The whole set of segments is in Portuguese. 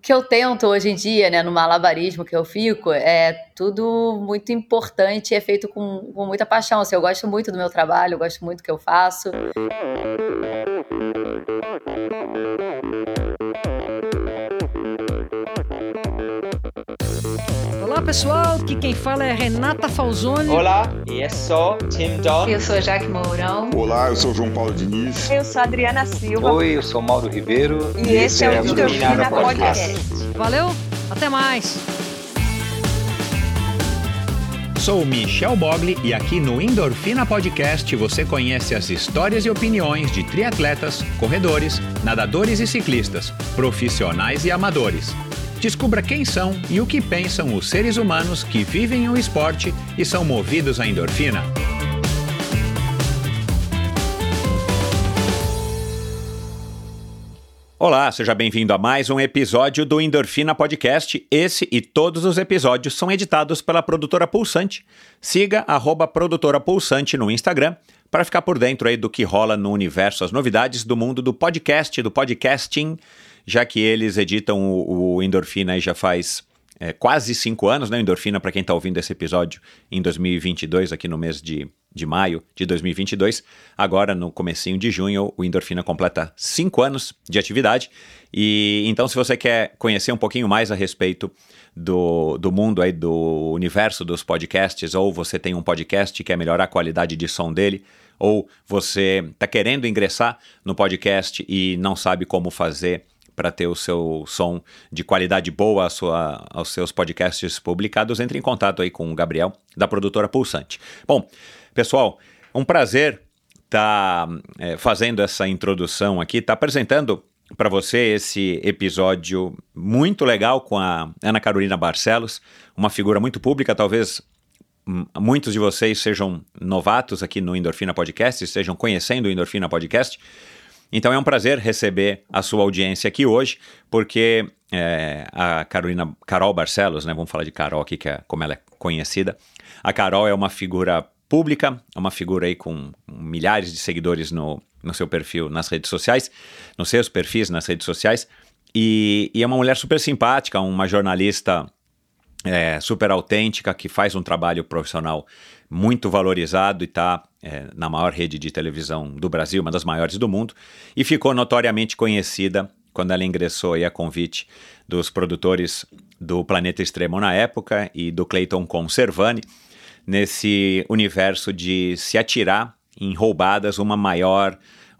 que eu tento hoje em dia, né, no malabarismo que eu fico, é tudo muito importante e é feito com muita paixão. Assim, eu gosto muito do meu trabalho, eu gosto muito do que eu faço. Olá pessoal, aqui quem fala é Renata Falzoni. Olá, eu sou Tim Don. Eu sou Jaque Mourão. Olá, eu sou João Paulo Diniz. Eu sou Adriana Silva. Oi, eu sou Mauro Ribeiro. E esse é o Endorfina Podcast. Valeu, até mais. Sou Michel Bogli e aqui no Endorfina Podcast você conhece as histórias e opiniões de triatletas, corredores, nadadores e ciclistas, profissionais e amadores. Descubra quem são e o que pensam os seres humanos que vivem o esporte e são movidos à endorfina. Olá, seja bem-vindo a mais um episódio do Endorfina Podcast. Esse e todos os episódios são editados pela Produtora Pulsante. Siga @Produtora Pulsante no Instagram para ficar por dentro aí do que rola no universo, as novidades do mundo do podcast, do podcasting, já que eles editam o Endorfina aí já faz quase 5 anos, né? Endorfina, para quem está ouvindo esse episódio em 2022, aqui no mês de maio de 2022. Agora, no comecinho de junho, o Endorfina completa 5 anos de atividade. E então, se você quer conhecer um pouquinho mais a respeito do mundo aí, do universo dos podcasts, ou você tem um podcast e quer melhorar a qualidade de som dele, ou você está querendo ingressar no podcast e não sabe como fazer para ter o seu som de qualidade boa aos seus podcasts publicados, entre em contato aí com o Gabriel, da Produtora Pulsante. Bom, pessoal, um prazer estar fazendo essa introdução aqui, estar apresentando para você esse episódio muito legal com a Ana Carolina Barcelos, uma figura muito pública, talvez muitos de vocês sejam novatos aqui no Endorfina Podcast, estejam conhecendo o Endorfina Podcast. Então é um prazer receber a sua audiência aqui hoje, porque a Carol Barcelos, né, vamos falar de Carol aqui, que é como ela é conhecida. A Carol é uma figura pública, é uma figura aí com milhares de seguidores no seu perfil nas redes sociais, nos seus perfis nas redes sociais, e é uma mulher super simpática, uma jornalista super autêntica, que faz um trabalho profissional muito valorizado e está na maior rede de televisão do Brasil, uma das maiores do mundo, e ficou notoriamente conhecida quando ela ingressou aí a convite dos produtores do Planeta Extremo na época e do Clayton Conservani, nesse universo de se atirar em roubadas, uma maior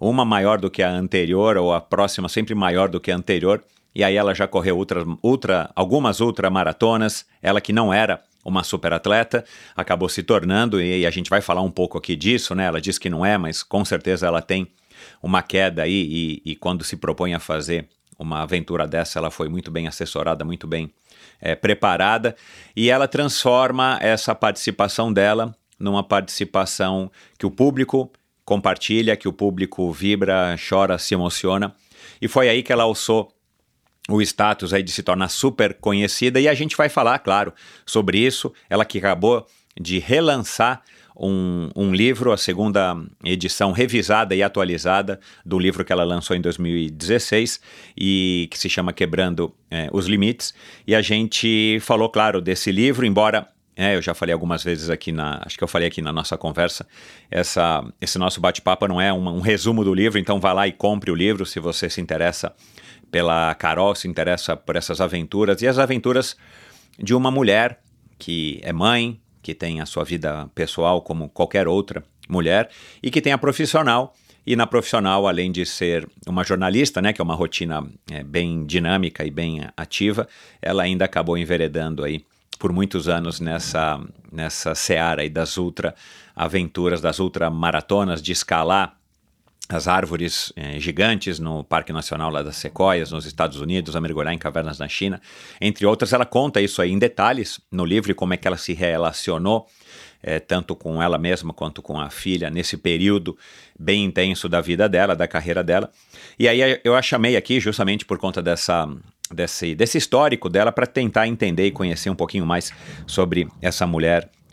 do que a anterior, ou a próxima sempre maior do que a anterior. E aí ela já correu algumas ultramaratonas, ela que não era uma super atleta, acabou se tornando, e a gente vai falar um pouco aqui disso, né? Ela diz que não é, mas com certeza ela tem uma queda aí, e quando se propõe a fazer uma aventura dessa, ela foi muito bem assessorada, muito bem preparada, e ela transforma essa participação dela numa participação que o público compartilha, que o público vibra, chora, se emociona, e foi aí que ela alçou o status aí de se tornar super conhecida, e a gente vai falar, claro, sobre isso. Ela que acabou de relançar um livro, a segunda edição revisada e atualizada do livro que ela lançou em 2016 e que se chama Quebrando os Limites, e a gente falou, claro, desse livro, embora eu já falei algumas vezes aqui acho que eu falei aqui na nossa conversa, esse nosso bate-papo não é um resumo do livro, então vá lá e compre o livro se você se interessa pela Carol, se interessa por essas aventuras, e as aventuras de uma mulher que é mãe, que tem a sua vida pessoal como qualquer outra mulher, e que tem a profissional, e na profissional, além de ser uma jornalista, né, que é uma rotina bem dinâmica e bem ativa, ela ainda acabou enveredando aí por muitos anos nessa seara aí das ultra-aventuras, das ultramaratonas, de escalar as árvores gigantes no Parque Nacional lá das Sequoias, nos Estados Unidos, a mergulhar em cavernas na China, entre outras. Ela conta isso aí em detalhes no livro, e como é que ela se relacionou tanto com ela mesma quanto com a filha nesse período bem intenso da vida dela, da carreira dela. E aí eu a chamei aqui justamente por conta desse histórico dela, para tentar entender e conhecer um pouquinho mais sobre essa mulher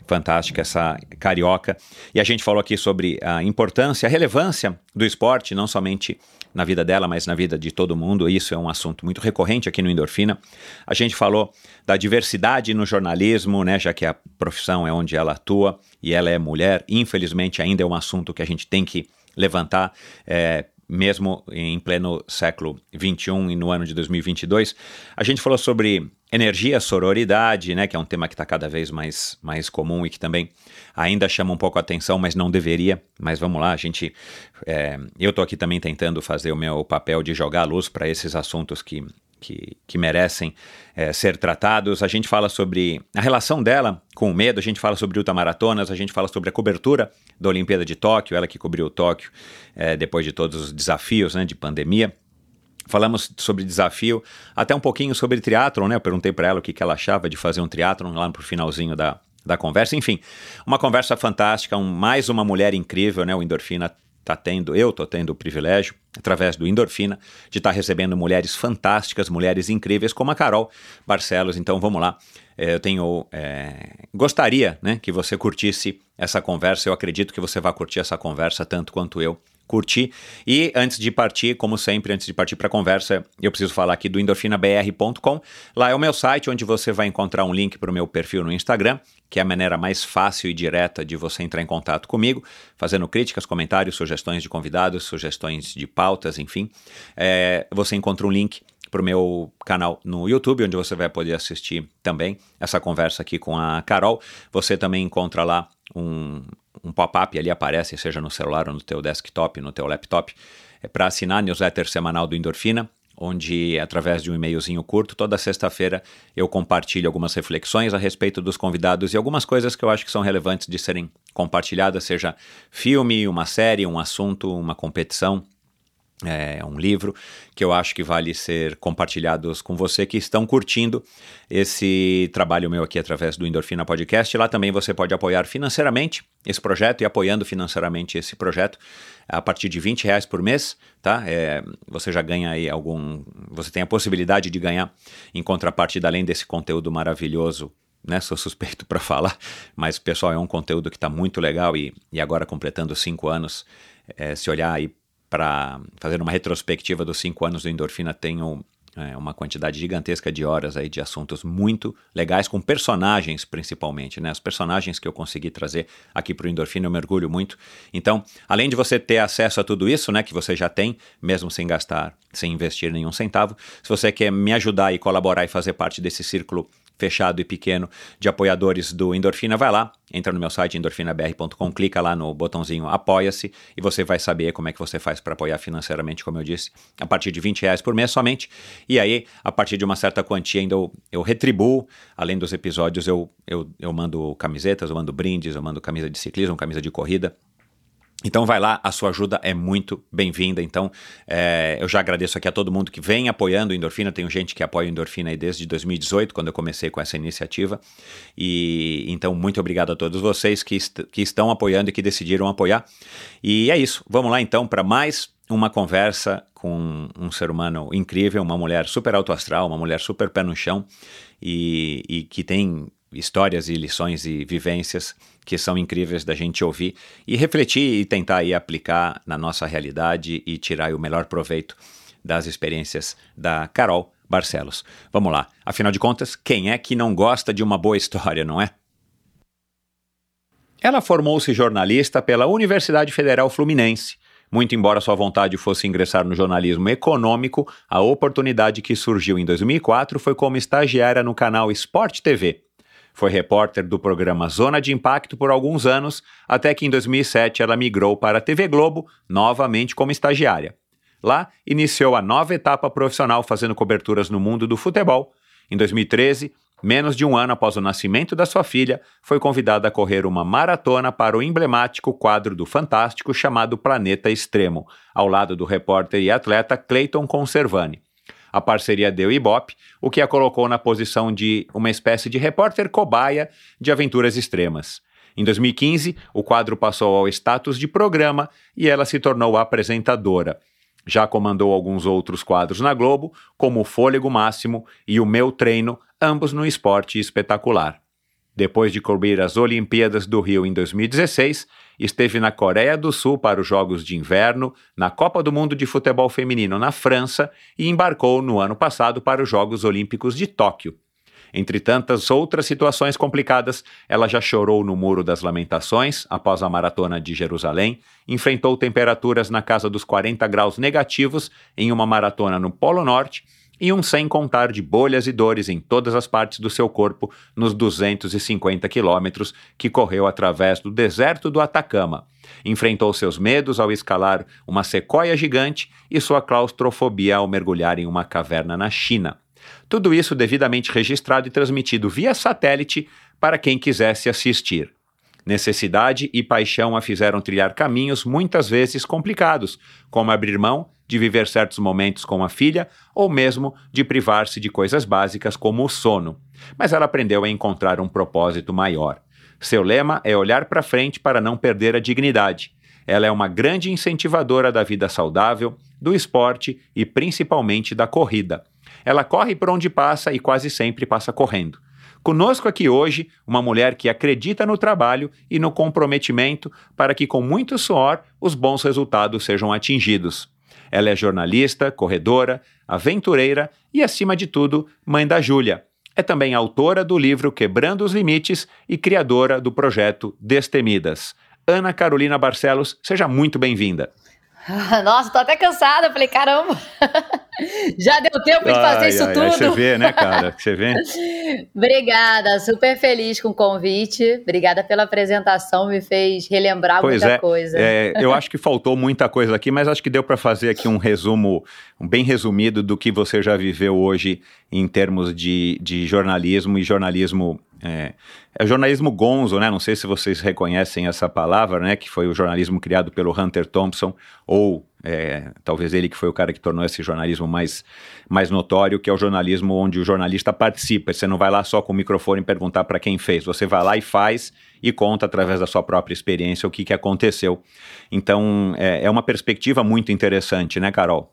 fantástica, essa carioca. E a gente falou aqui sobre a importância, a relevância do esporte, não somente na vida dela, mas na vida de todo mundo. Isso é um assunto muito recorrente aqui no Endorfina. A gente falou da diversidade no jornalismo, né, já que a profissão é onde ela atua e ela é mulher. Infelizmente, ainda é um assunto que a gente tem que levantar, mesmo em pleno século XXI e no ano de 2022. A gente falou sobre energia, sororidade, né, que é um tema que está cada vez mais comum e que também ainda chama um pouco a atenção, mas não deveria. Mas vamos lá, eu estou aqui também tentando fazer o meu papel de jogar a luz para esses assuntos que merecem ser tratados. A gente fala sobre a relação dela com o medo, a gente fala sobre ultramaratonas, a gente fala sobre a cobertura da Olimpíada de Tóquio, ela que cobriu Tóquio depois de todos os desafios, né, de pandemia. Falamos sobre desafio, até um pouquinho sobre triatlon, né? Eu perguntei para ela o que ela achava de fazer um triatlon lá pro finalzinho da conversa. Enfim, uma conversa fantástica, mais uma mulher incrível, né? O Endorfina eu tô tendo o privilégio, através do Endorfina, de estar recebendo mulheres fantásticas, mulheres incríveis, como a Carol Barcelos. Então vamos lá, gostaria, né, que você curtisse essa conversa. Eu acredito que você vai curtir essa conversa tanto quanto eu curti. E antes de partir, como sempre, antes de partir para a conversa, eu preciso falar aqui do endorfinabr.com. Lá é o meu site, onde você vai encontrar um link para o meu perfil no Instagram, que é a maneira mais fácil e direta de você entrar em contato comigo, fazendo críticas, comentários, sugestões de convidados, sugestões de pautas, enfim. Você encontra um link para o meu canal no YouTube, onde você vai poder assistir também essa conversa aqui com a Carol. Você também encontra lá um pop-up, ali aparece, seja no celular ou no teu desktop, no teu laptop, para assinar a newsletter semanal do Endorfina, onde, através de um e-mailzinho curto, toda sexta-feira eu compartilho algumas reflexões a respeito dos convidados e algumas coisas que eu acho que são relevantes de serem compartilhadas, seja filme, uma série, um assunto, uma competição, um livro, que eu acho que vale ser compartilhados com você que estão curtindo esse trabalho meu aqui através do Endorfina Podcast. Lá também você pode apoiar financeiramente esse projeto, e apoiando financeiramente esse projeto a partir de R$20 por mês, tá? Você já ganha aí você tem a possibilidade de ganhar em contrapartida, além desse conteúdo maravilhoso, né? Sou suspeito para falar, mas pessoal, é um conteúdo que está muito legal e agora completando 5 anos, se olhar aí para fazer uma retrospectiva dos 5 anos do Endorfina, tenho uma quantidade gigantesca de horas aí de assuntos muito legais, com personagens principalmente, né? Os personagens que eu consegui trazer aqui para o Endorfina, eu mergulho muito. Então, além de você ter acesso a tudo isso, né, que você já tem, mesmo sem investir nenhum centavo, se você quer me ajudar e colaborar e fazer parte desse círculo fechado e pequeno de apoiadores do Endorfina, vai lá, entra no meu site endorfinabr.com, clica lá no botãozinho Apoia-se e você vai saber como é que você faz para apoiar financeiramente, como eu disse, a partir de R$20 por mês somente. E aí, a partir de uma certa quantia ainda eu retribuo, além dos episódios, eu mando camisetas, eu mando brindes, eu mando camisa de ciclismo, camisa de corrida. Então vai lá, a sua ajuda é muito bem-vinda. Então eu já agradeço aqui a todo mundo que vem apoiando o Endorfina. Tenho gente que apoia o Endorfina aí desde 2018, quando eu comecei com essa iniciativa. E então muito obrigado a todos vocês que estão apoiando e que decidiram apoiar. E é isso, vamos lá então para mais uma conversa com um ser humano incrível, uma mulher super autoastral, uma mulher super pé no chão e que tem histórias e lições e vivências que são incríveis da gente ouvir e refletir e tentar aí aplicar na nossa realidade e tirar o melhor proveito das experiências da Carol Barcelos. Vamos lá, afinal de contas, quem é que não gosta de uma boa história, não é? Ela formou-se jornalista pela Universidade Federal Fluminense. Muito embora sua vontade fosse ingressar no jornalismo econômico, a oportunidade que surgiu em 2004 foi como estagiária no canal Sport TV. Foi repórter do programa Zona de Impacto por alguns anos, até que em 2007 ela migrou para a TV Globo, novamente como estagiária. Lá, iniciou a nova etapa profissional fazendo coberturas no mundo do futebol. Em 2013, menos de um ano após o nascimento da sua filha, foi convidada a correr uma maratona para o emblemático quadro do Fantástico chamado Planeta Extremo, ao lado do repórter e atleta Cleiton Conservani. A parceria deu ibope, o que a colocou na posição de uma espécie de repórter cobaia de aventuras extremas. Em 2015, o quadro passou ao status de programa e ela se tornou apresentadora. Já comandou alguns outros quadros na Globo, como o Fôlego Máximo e o Meu Treino, ambos no Esporte Espetacular. Depois de cobrir as Olimpíadas do Rio em 2016, esteve na Coreia do Sul para os Jogos de Inverno, na Copa do Mundo de Futebol Feminino na França e embarcou no ano passado para os Jogos Olímpicos de Tóquio. Entre tantas outras situações complicadas, ela já chorou no Muro das Lamentações após a Maratona de Jerusalém, enfrentou temperaturas na casa dos 40 graus negativos em uma maratona no Polo Norte e um sem contar de bolhas e dores em todas as partes do seu corpo nos 250 quilômetros que correu através do deserto do Atacama. Enfrentou seus medos ao escalar uma sequoia gigante e sua claustrofobia ao mergulhar em uma caverna na China. Tudo isso devidamente registrado e transmitido via satélite para quem quisesse assistir. Necessidade e paixão a fizeram trilhar caminhos muitas vezes complicados, como abrir mão de viver certos momentos com a filha ou mesmo de privar-se de coisas básicas como o sono. Mas ela aprendeu a encontrar um propósito maior. Seu lema é olhar para frente para não perder a dignidade. Ela é uma grande incentivadora da vida saudável, do esporte e principalmente da corrida. Ela corre por onde passa e quase sempre passa correndo. Conosco aqui hoje, uma mulher que acredita no trabalho e no comprometimento para que com muito suor os bons resultados sejam atingidos. Ela é jornalista, corredora, aventureira e, acima de tudo, mãe da Júlia. É também autora do livro Quebrando os Limites e criadora do projeto Destemidas. Ana Carolina Barcelos, seja muito bem-vinda. Nossa, tô até cansada. Falei, caramba, já deu tempo de fazer isso tudo. Você vê, né, cara? Você vê? Obrigada, super feliz com o convite. Obrigada pela apresentação, me fez relembrar muita coisa. Eu acho que faltou muita coisa aqui, mas acho que deu para fazer aqui um resumo, bem resumido do que você já viveu hoje em termos de jornalismo e jornalismo... É o jornalismo gonzo, né? Não sei se vocês reconhecem essa palavra, né? Que foi o jornalismo criado pelo Hunter Thompson, ou talvez ele que foi o cara que tornou esse jornalismo mais notório, que é o jornalismo onde o jornalista participa. Você não vai lá só com o microfone perguntar para quem fez, você vai lá e faz e conta através da sua própria experiência o que aconteceu. Então, é uma perspectiva muito interessante, né, Carol?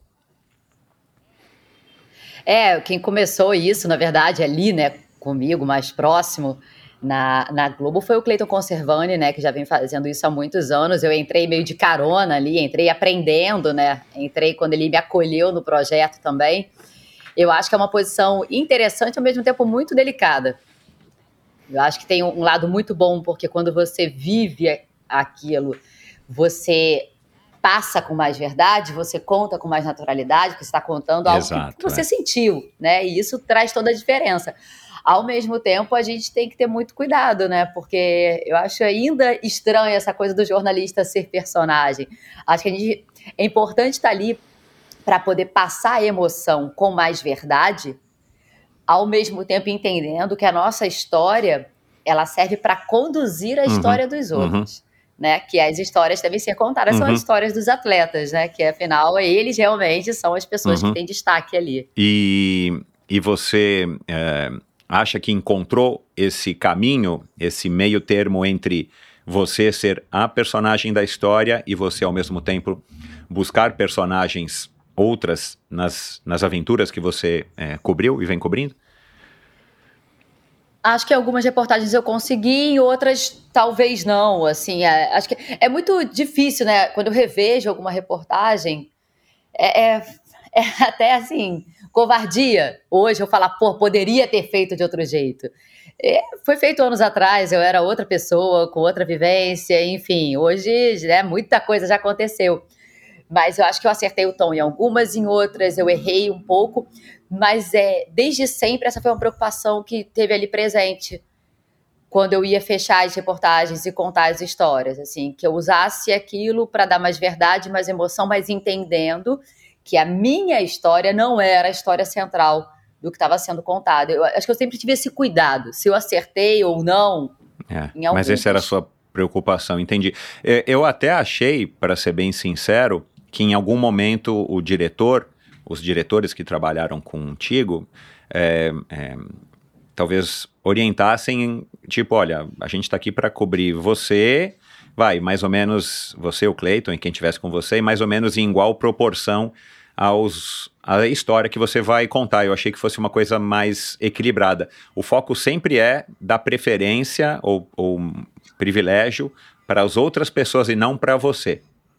Quem começou isso, na verdade, ali, né, comigo, mais próximo, na Globo, foi o Cleiton Conservani, né, que já vem fazendo isso há muitos anos. Eu entrei meio de carona ali, entrei aprendendo, né, entrei quando ele me acolheu no projeto também. Eu acho que é uma posição interessante, ao mesmo tempo muito delicada. Eu acho que tem um lado muito bom, porque quando você vive aquilo, você passa com mais verdade, você conta com mais naturalidade, porque você está contando algo que você sentiu, né, e isso traz toda a diferença. Ao mesmo tempo, a gente tem que ter muito cuidado, né? Porque eu acho ainda estranho essa coisa do jornalista ser personagem. Acho que é importante estar ali para poder passar a emoção com mais verdade, ao mesmo tempo entendendo que a nossa história, ela serve para conduzir a história dos outros. Né? Que as histórias devem ser contadas, são as histórias dos atletas, né? Que afinal, eles realmente são as pessoas que têm destaque ali. E você... acha que encontrou esse caminho, esse meio termo entre você ser a personagem da história e você, ao mesmo tempo, buscar personagens outras nas aventuras que você cobriu e vem cobrindo? Acho que algumas reportagens eu consegui, em outras talvez não, assim, acho que é muito difícil, né, quando eu revejo alguma reportagem, até assim, covardia, hoje eu falar, poderia ter feito de outro jeito. Foi feito anos atrás, eu era outra pessoa, com outra vivência, enfim, hoje, né, muita coisa já aconteceu. Mas eu acho que eu acertei o tom em algumas, em outras eu errei um pouco, mas desde sempre essa foi uma preocupação que teve ali presente quando eu ia fechar as reportagens e contar as histórias, assim, que eu usasse aquilo para dar mais verdade, mais emoção, mas entendendo que a minha história não era a história central do que estava sendo contado. Eu acho que eu sempre tive esse cuidado, se eu acertei ou não. Mas essa era a sua preocupação, entendi. Eu até achei, para ser bem sincero, que em algum momento os diretores que trabalharam contigo, talvez orientassem, tipo, olha, a gente está aqui para cobrir você, mais ou menos, você, o Cleiton, e quem estivesse com você, mais ou menos em igual proporção à história que você vai contar. Eu achei que fosse uma coisa mais equilibrada. O foco sempre é dar preferência ou privilégio para as outras pessoas e não para você.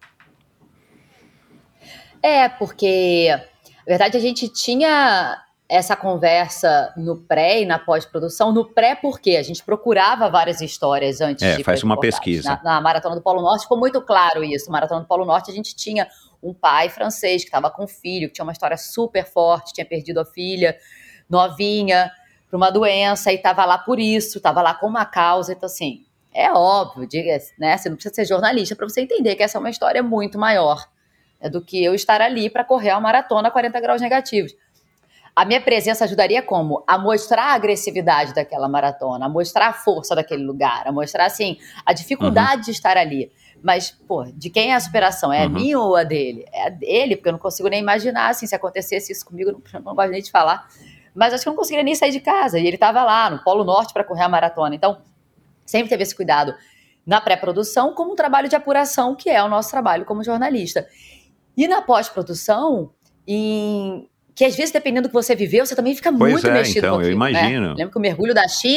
Porque, na verdade, a gente tinha essa conversa no pré e na pós-produção. No pré, porque a gente procurava várias histórias antes de faz uma pesquisa. Na Maratona do Polo Norte ficou muito claro isso. Na Maratona do Polo Norte a gente tinha um pai francês que estava com um filho, que tinha uma história super forte, tinha perdido a filha novinha para uma doença e estava lá por isso, estava lá com uma causa. Então, assim, é óbvio, né? Você não precisa ser jornalista para você entender que essa é uma história muito maior do que eu estar ali para correr a maratona a 40 graus negativos. A minha presença ajudaria como? A mostrar a agressividade daquela maratona, a mostrar a força daquele lugar, a mostrar, assim, a dificuldade de estar ali. Mas, de quem é a superação? É a minha ou a dele? É a dele, porque eu não consigo nem imaginar, assim, se acontecesse isso comigo, eu não gosto nem de falar. Mas acho que eu não conseguiria nem sair de casa. E ele estava lá, no Polo Norte, para correr a maratona. Então, sempre teve esse cuidado na pré-produção, como um trabalho de apuração, que é o nosso trabalho como jornalista. E na pós-produção, que às vezes, dependendo do que você viveu, você também fica muito mexido com aquilo. Eu imagino. Né? Lembro que o mergulho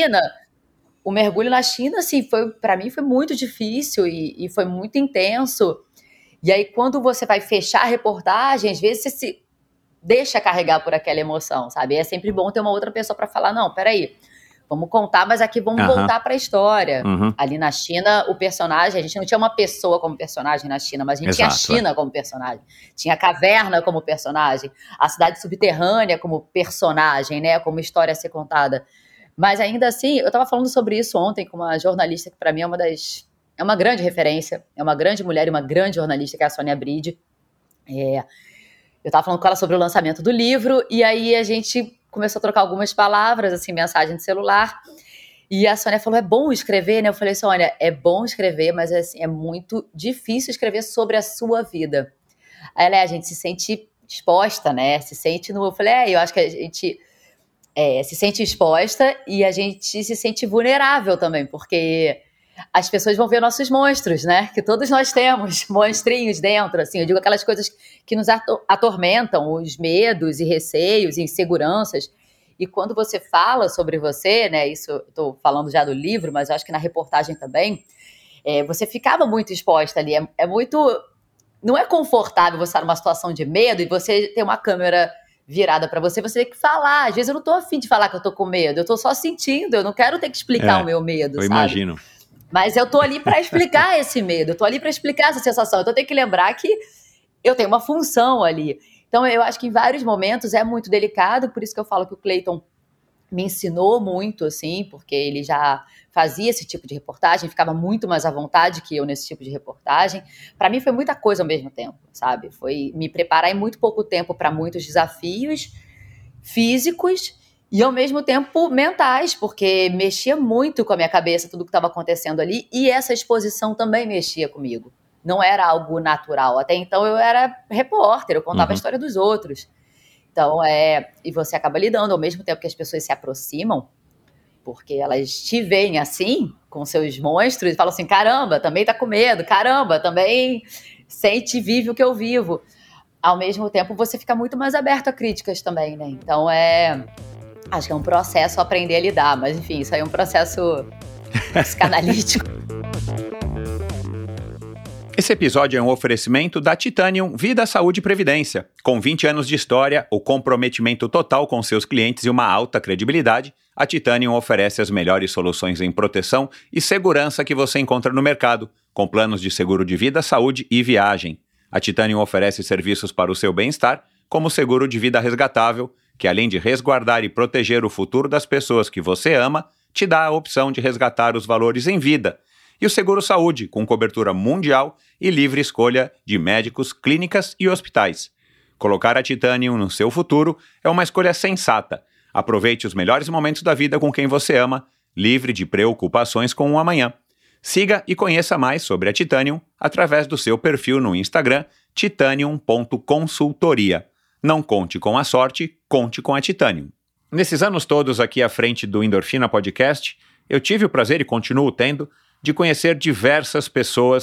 na China, assim, para mim foi muito difícil e foi muito intenso. E aí, quando você vai fechar a reportagem, às vezes você se deixa carregar por aquela emoção, sabe? É sempre bom ter uma outra pessoa para falar, não, peraí, vamos contar, mas aqui vamos voltar para a história. Ali na China, o personagem, a gente não tinha uma pessoa como personagem na China, mas a gente tinha a China como personagem. Tinha a caverna como personagem, a cidade subterrânea como personagem, né? Como história a ser contada. Mas ainda assim, eu estava falando sobre isso ontem com uma jornalista que para mim é uma grande referência, é uma grande mulher e uma grande jornalista, que é a Sônia Bride. Eu estava falando com ela sobre o lançamento do livro, e aí a gente começou a trocar algumas palavras, assim, mensagem de celular, e a Sônia falou, é bom escrever, né? Eu falei, Sônia, é bom escrever, mas assim, é muito difícil escrever sobre a sua vida. Aí ela, a gente se sente exposta, né? Se sente eu falei, eu acho que a gente se sente exposta e a gente se sente vulnerável também, porque as pessoas vão ver nossos monstros, né? Que todos nós temos monstrinhos dentro, assim. Eu digo aquelas coisas que nos atormentam, os medos e receios e inseguranças. E quando você fala sobre você, né? Isso eu estou falando já do livro, mas eu acho que na reportagem também, você ficava muito exposta ali. É muito... Não é confortável você estar numa situação de medo e você ter uma câmera virada para você ter que falar. Às vezes eu não tô afim de falar que eu tô com medo, eu tô só sentindo, eu não quero ter que explicar o meu medo, sabe? Imagino. Mas eu tô ali para explicar esse medo, eu tô ali para explicar essa sensação, então eu tenho que lembrar que eu tenho uma função ali. Então eu acho que em vários momentos é muito delicado, por isso que eu falo que o Clayton me ensinou muito, assim, porque ele já fazia esse tipo de reportagem, ficava muito mais à vontade que eu nesse tipo de reportagem. Para mim foi muita coisa ao mesmo tempo, sabe? Foi me preparar em muito pouco tempo para muitos desafios físicos e ao mesmo tempo mentais, porque mexia muito com a minha cabeça tudo que estava acontecendo ali, e essa exposição também mexia comigo. Não era algo natural. Até então eu era repórter, eu contava a história dos outros. Então, e você acaba lidando ao mesmo tempo que as pessoas se aproximam, porque elas te veem assim, com seus monstros, e falam assim, caramba, também tá com medo, caramba, também sente e vive o que eu vivo. Ao mesmo tempo, você fica muito mais aberto a críticas também, né? Então, acho que é um processo aprender a lidar, mas enfim, isso aí é um processo psicanalítico. Esse episódio é um oferecimento da Titanium Vida, Saúde e Previdência. Com 20 anos de história, o comprometimento total com seus clientes e uma alta credibilidade, a Titanium oferece as melhores soluções em proteção e segurança que você encontra no mercado, com planos de seguro de vida, saúde e viagem. A Titanium oferece serviços para o seu bem-estar, como o seguro de vida resgatável, que além de resguardar e proteger o futuro das pessoas que você ama, te dá a opção de resgatar os valores em vida. E o Seguro Saúde, com cobertura mundial e livre escolha de médicos, clínicas e hospitais. Colocar a Titanium no seu futuro é uma escolha sensata. Aproveite os melhores momentos da vida com quem você ama, livre de preocupações com o amanhã. Siga e conheça mais sobre a Titanium através do seu perfil no Instagram, titanium.consultoria. Não conte com a sorte, conte com a Titanium. Nesses anos todos aqui à frente do Endorfina Podcast, eu tive o prazer e continuo tendo de conhecer diversas pessoas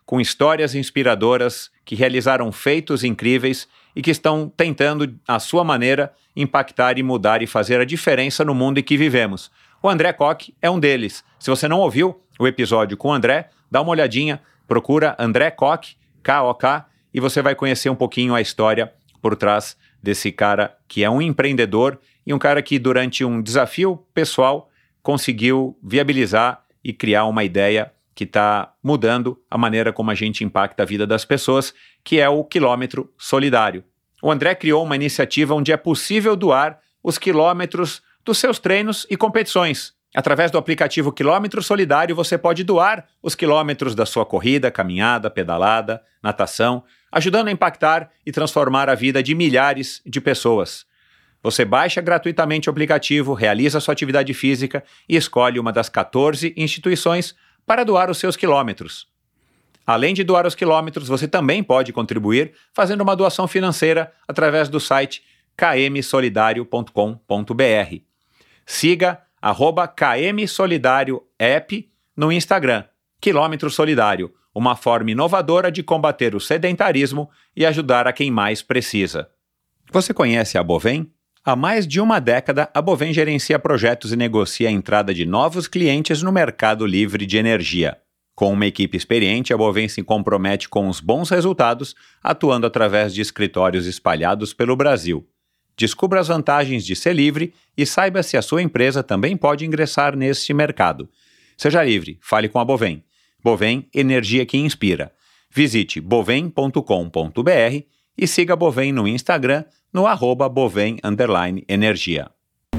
com histórias inspiradoras que realizaram feitos incríveis e que estão tentando, à sua maneira, impactar e mudar e fazer a diferença no mundo em que vivemos. O André Koch é um deles. Se você não ouviu o episódio com o André, dá uma olhadinha, procura André Koch, K-O-K, e você vai conhecer um pouquinho a história por trás desse cara que é um empreendedor e um cara que, durante um desafio pessoal, conseguiu viabilizar e criar uma ideia que está mudando a maneira como a gente impacta a vida das pessoas, que é o quilômetro solidário. O André criou uma iniciativa onde é possível doar os quilômetros dos seus treinos e competições. Através do aplicativo Quilômetro Solidário, você pode doar os quilômetros da sua corrida, caminhada, pedalada, natação, ajudando a impactar e transformar a vida de milhares de pessoas. Você baixa gratuitamente o aplicativo, realiza sua atividade física e escolhe uma das 14 instituições para doar os seus quilômetros. Além de doar os quilômetros, você também pode contribuir fazendo uma doação financeira através do site kmsolidario.com.br. Siga @kmsolidárioapp no Instagram. Quilômetro Solidário, uma forma inovadora de combater o sedentarismo e ajudar a quem mais precisa. Você conhece a Bovem? Há mais de uma década, a Bovem gerencia projetos e negocia a entrada de novos clientes no mercado livre de energia. Com uma equipe experiente, a Bovem se compromete com os bons resultados, atuando através de escritórios espalhados pelo Brasil. Descubra as vantagens de ser livre e saiba se a sua empresa também pode ingressar neste mercado. Seja livre, fale com a Bovem. Bovem, energia que inspira. Visite bovem.com.br e siga a Bovem no Instagram no @bovem_energia.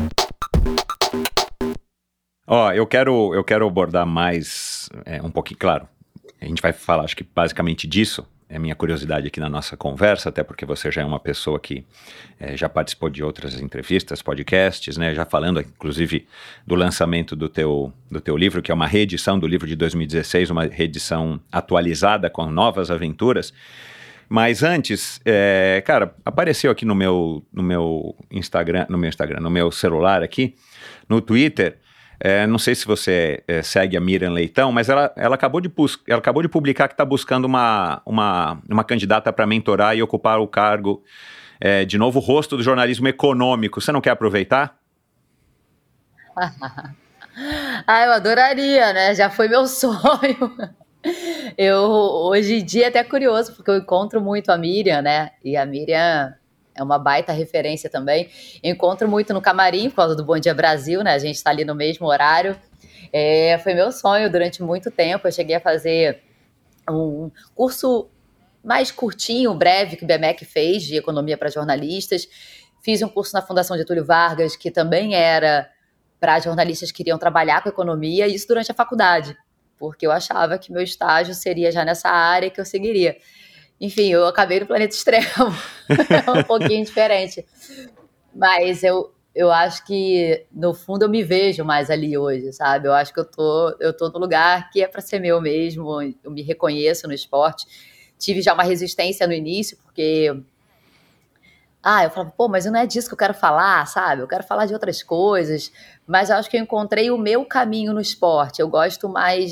Eu quero abordar mais um pouquinho, claro, a gente vai falar, acho que basicamente disso, é a minha curiosidade aqui na nossa conversa, até porque você já é uma pessoa que já participou de outras entrevistas, podcasts, né, já falando, inclusive, do lançamento do teu livro, que é uma reedição do livro de 2016, uma reedição atualizada com novas aventuras. Mas antes, cara, apareceu aqui no meu Instagram, no meu celular aqui, no Twitter, não sei se você segue a Miriam Leitão, mas ela acabou de publicar que está buscando uma candidata para mentorar e ocupar o cargo, de novo, rosto do jornalismo econômico. Você não quer aproveitar? Eu adoraria, né? Já foi meu sonho. Hoje em dia é até curioso, porque eu encontro muito a Miriam, né? E a Miriam é uma baita referência também. Eu encontro muito no camarim, por causa do Bom Dia Brasil, né? A gente está ali no mesmo horário. Foi meu sonho durante muito tempo. Eu cheguei a fazer um curso mais curtinho, breve, que o BMEC fez, de economia para jornalistas. Fiz um curso na Fundação Getúlio Vargas, que também era para jornalistas que queriam trabalhar com economia, e isso durante a faculdade, porque eu achava que meu estágio seria já nessa área que eu seguiria. Enfim, eu acabei no Planeta Extremo, é um pouquinho diferente. Mas eu acho que, no fundo, eu me vejo mais ali hoje, sabe? Eu acho que eu tô no lugar que é para ser meu mesmo, eu me reconheço no esporte. Tive já uma resistência no início, porque eu falava, mas não é disso que eu quero falar, sabe? Eu quero falar de outras coisas, mas eu acho que eu encontrei o meu caminho no esporte. Eu gosto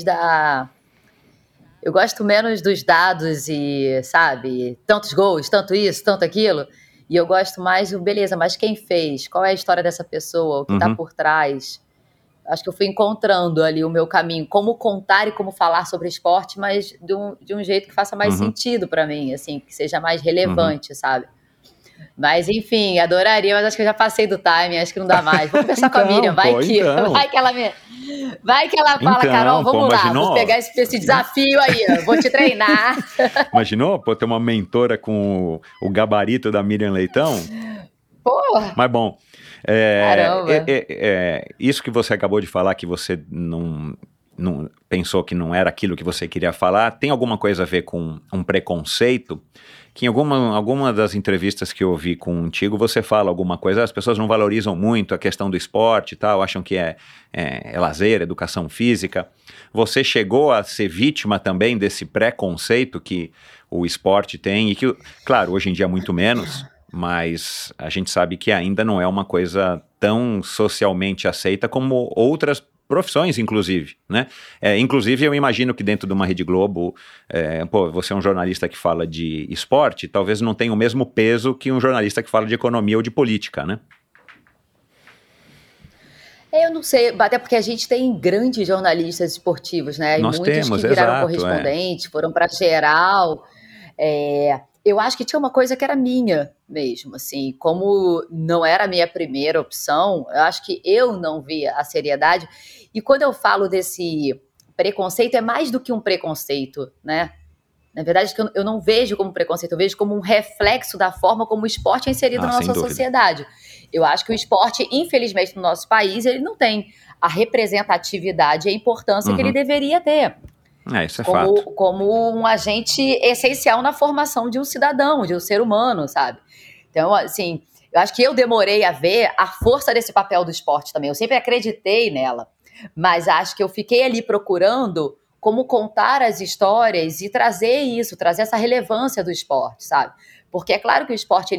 menos dos dados e, sabe, tantos gols, tanto isso, tanto aquilo, e eu gosto mais beleza, mas quem fez? Qual é a história dessa pessoa? O que está por trás? Acho que eu fui encontrando ali o meu caminho, como contar e como falar sobre esporte, mas de um jeito que faça mais sentido para mim, assim, que seja mais relevante, sabe? Mas, enfim, adoraria, mas acho que eu já passei do time, acho que não dá mais. Vou conversar com a Miriam, vai que ela fala, Carol, vamos lá, vou pegar esse desafio aí, vou te treinar. Imaginou, ter uma mentora com o gabarito da Miriam Leitão? Porra! Mas, bom, caramba. Isso que você acabou de falar, que você não pensou que não era aquilo que você queria falar, tem alguma coisa a ver com um preconceito? Que em alguma das entrevistas que eu ouvi contigo, você fala alguma coisa, as pessoas não valorizam muito a questão do esporte e tal, acham que é lazer, educação física. Você chegou a ser vítima também desse preconceito que o esporte tem, e que, claro, hoje em dia é muito menos, mas a gente sabe que ainda não é uma coisa tão socialmente aceita como outras profissões, inclusive, né? Inclusive, eu imagino que dentro de uma Rede Globo, você é um jornalista que fala de esporte, talvez não tenha o mesmo peso que um jornalista que fala de economia ou de política, né? Eu não sei, até porque a gente tem grandes jornalistas esportivos, né? E Nós muitos temos, que viraram exato, correspondentes, foram para geral. Eu acho que tinha uma coisa que era minha mesmo, assim, como não era a minha primeira opção, eu acho que eu não via a seriedade. E quando eu falo desse preconceito, é mais do que um preconceito, né? Na verdade, eu não vejo como preconceito, eu vejo como um reflexo da forma como o esporte é inserido na nossa sociedade. Eu acho que o esporte, infelizmente, no nosso país, ele não tem a representatividade e a importância que ele deveria ter. Isso é fato. Como um agente essencial na formação de um cidadão, de um ser humano, sabe? Então, assim, eu acho que eu demorei a ver a força desse papel do esporte também. Eu sempre acreditei nela, mas acho que eu fiquei ali procurando como contar as histórias e trazer essa relevância do esporte, sabe? Porque é claro que o esporte,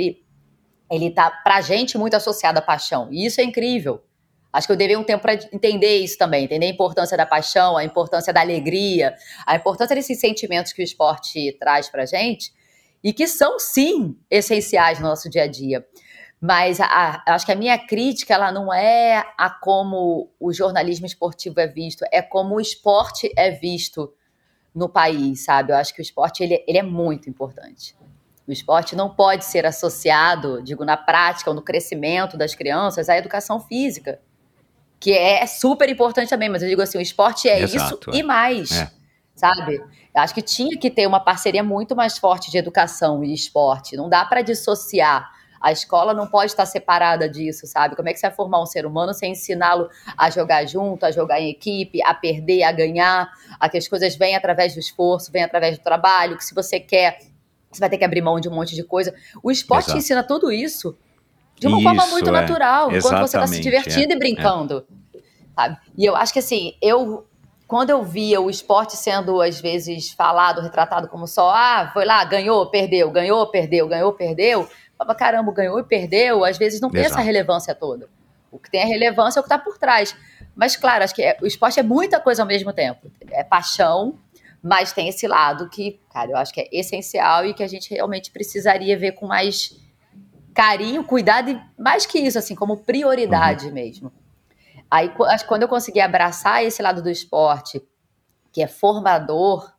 ele tá, pra gente, muito associado à paixão, e isso é incrível. Acho que eu levei um tempo para entender isso também, entender a importância da paixão, a importância da alegria, a importância desses sentimentos que o esporte traz pra gente, e que são, sim, essenciais no nosso dia a dia. Mas acho que a minha crítica, ela não é a como o jornalismo esportivo é visto, é como o esporte é visto no país, sabe? Eu acho que o esporte, ele é muito importante. O esporte não pode ser associado, digo, na prática ou no crescimento das crianças, à educação física, que é super importante também, mas eu digo assim, o esporte é isso e mais, sabe? Eu acho que tinha que ter uma parceria muito mais forte de educação e esporte, não dá para dissociar. A escola não pode estar separada disso, sabe? Como é que você vai formar um ser humano sem ensiná-lo a jogar junto, a jogar em equipe, a perder, a ganhar, a que as coisas vêm através do esforço, vêm através do trabalho, que se você quer, você vai ter que abrir mão de um monte de coisa. O esporte ensina tudo isso de uma forma muito natural, enquanto você está se divertindo e brincando, sabe? E eu acho que assim, quando eu via o esporte sendo, às vezes, falado, retratado como só, foi lá, ganhou, perdeu, ganhou, perdeu, ganhou, perdeu, caramba, ganhou e perdeu, às vezes não tem essa relevância toda. O que tem a relevância é o que está por trás. Mas, claro, acho que o esporte é muita coisa ao mesmo tempo. É paixão, mas tem esse lado que, cara, eu acho que é essencial e que a gente realmente precisaria ver com mais carinho, cuidado e mais que isso, assim, como prioridade mesmo. Aí, acho que quando eu consegui abraçar esse lado do esporte, que é formador,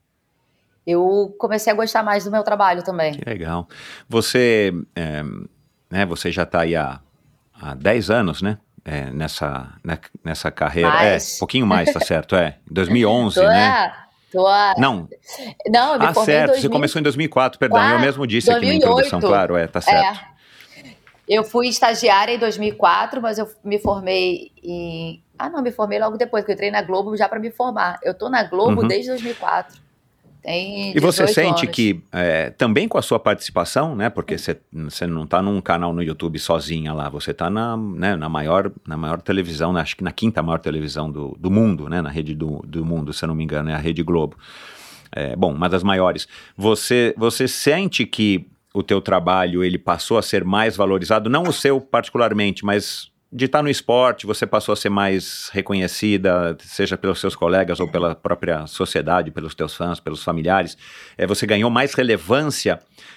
eu comecei a gostar mais do meu trabalho também. Que legal. Você, você já está aí há 10 anos, né? Nessa carreira. Um pouquinho mais, tá certo? 2011, né? Não, eu me formei em 2000. Você começou em 2004, perdão. Eu mesmo disse 2008. Aqui na introdução, claro, tá certo. Eu fui estagiária em 2004, mas eu me formei me formei logo depois, porque eu entrei na Globo já para me formar. Eu tô na Globo desde 2004. Tem 18 e você sente anos. que, também com a sua participação, né, porque você não está num canal no YouTube sozinha lá, você está na maior televisão, acho que na quinta maior televisão do mundo, né, na rede do mundo, se eu não me engano, é a Rede Globo. Uma das maiores. Você sente que o teu trabalho, ele passou a ser mais valorizado, não o seu particularmente, mas de estar no esporte, você passou a ser mais reconhecida, seja pelos seus colegas ou pela própria sociedade, pelos teus fãs, pelos familiares, você ganhou mais relevância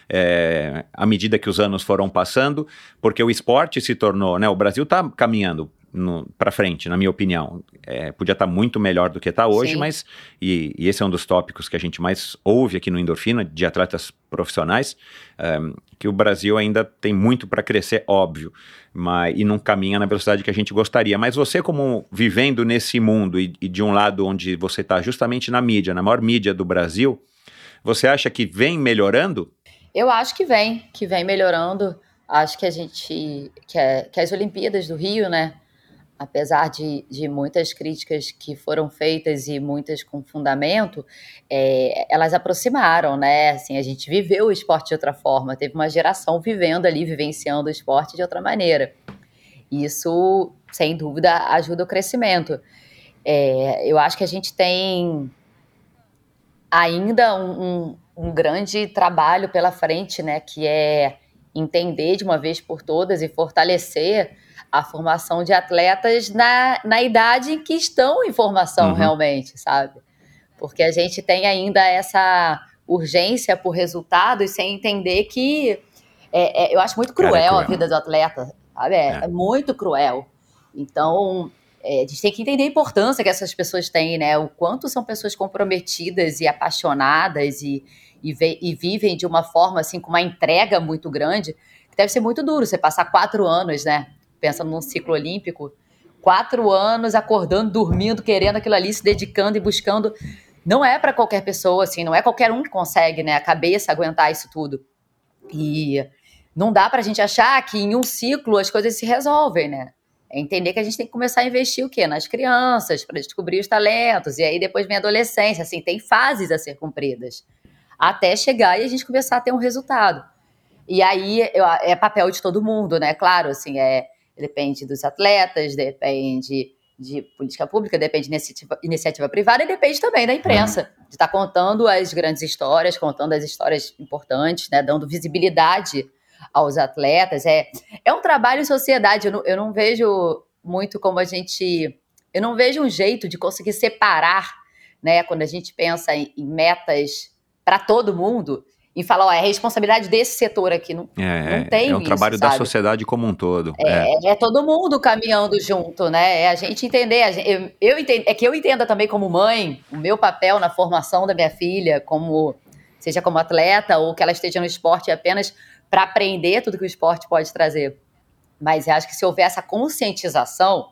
à medida que os anos foram passando, porque o esporte se tornou, né, o Brasil está caminhando para frente, na minha opinião. Podia estar muito melhor do que está hoje, Sim. Mas, e esse é um dos tópicos que a gente mais ouve aqui no Endorfina, de atletas profissionais, que o Brasil ainda tem muito para crescer, óbvio, e não caminha na velocidade que a gente gostaria. Mas você, como vivendo nesse mundo e de um lado onde você está justamente na mídia, na maior mídia do Brasil, você acha que vem melhorando? Eu acho que vem melhorando. Acho que que as Olimpíadas do Rio, né, apesar de muitas críticas que foram feitas e muitas com fundamento, elas aproximaram, né? Assim, a gente viveu o esporte de outra forma, teve uma geração vivendo ali, vivenciando o esporte de outra maneira. Isso, sem dúvida, ajuda o crescimento. Eu acho que a gente tem ainda um grande trabalho pela frente, né? Que é entender de uma vez por todas e fortalecer a formação de atletas na idade em que estão em formação realmente, sabe? Porque a gente tem ainda essa urgência por resultados sem entender que eu acho muito cruel a vida do atleta, sabe? É muito cruel. Então, a gente tem que entender a importância que essas pessoas têm, né? O quanto são pessoas comprometidas e apaixonadas e vivem de uma forma, assim, com uma entrega muito grande, que deve ser muito duro você passar 4 anos, né? Pensando num ciclo olímpico, 4 anos acordando, dormindo, querendo aquilo ali, se dedicando e buscando. Não é para qualquer pessoa, assim, não é qualquer um que consegue, né? A cabeça aguentar isso tudo. E não dá pra gente achar que em um ciclo as coisas se resolvem, né? É entender que a gente tem que começar a investir o quê? Nas crianças, para descobrir os talentos. E aí depois vem a adolescência, assim, tem fases a ser cumpridas. Até chegar e a gente começar a ter um resultado. E aí é papel de todo mundo, né? Claro, assim, depende dos atletas, depende de política pública, depende de iniciativa privada e depende também da imprensa, de estar contando as grandes histórias, contando as histórias importantes, né? Dando visibilidade aos atletas. É um trabalho em sociedade. Eu não vejo muito como a gente... Eu não vejo um jeito de conseguir separar, né? Quando a gente pensa em metas para todo mundo, e falar, é responsabilidade desse setor aqui. Não tem isso, é um trabalho da sociedade como um todo. É todo mundo caminhando junto, né? É a gente entender. Eu entenda também como mãe, o meu papel na formação da minha filha, seja como atleta ou que ela esteja no esporte apenas para aprender tudo que o esporte pode trazer. Mas eu acho que se houver essa conscientização,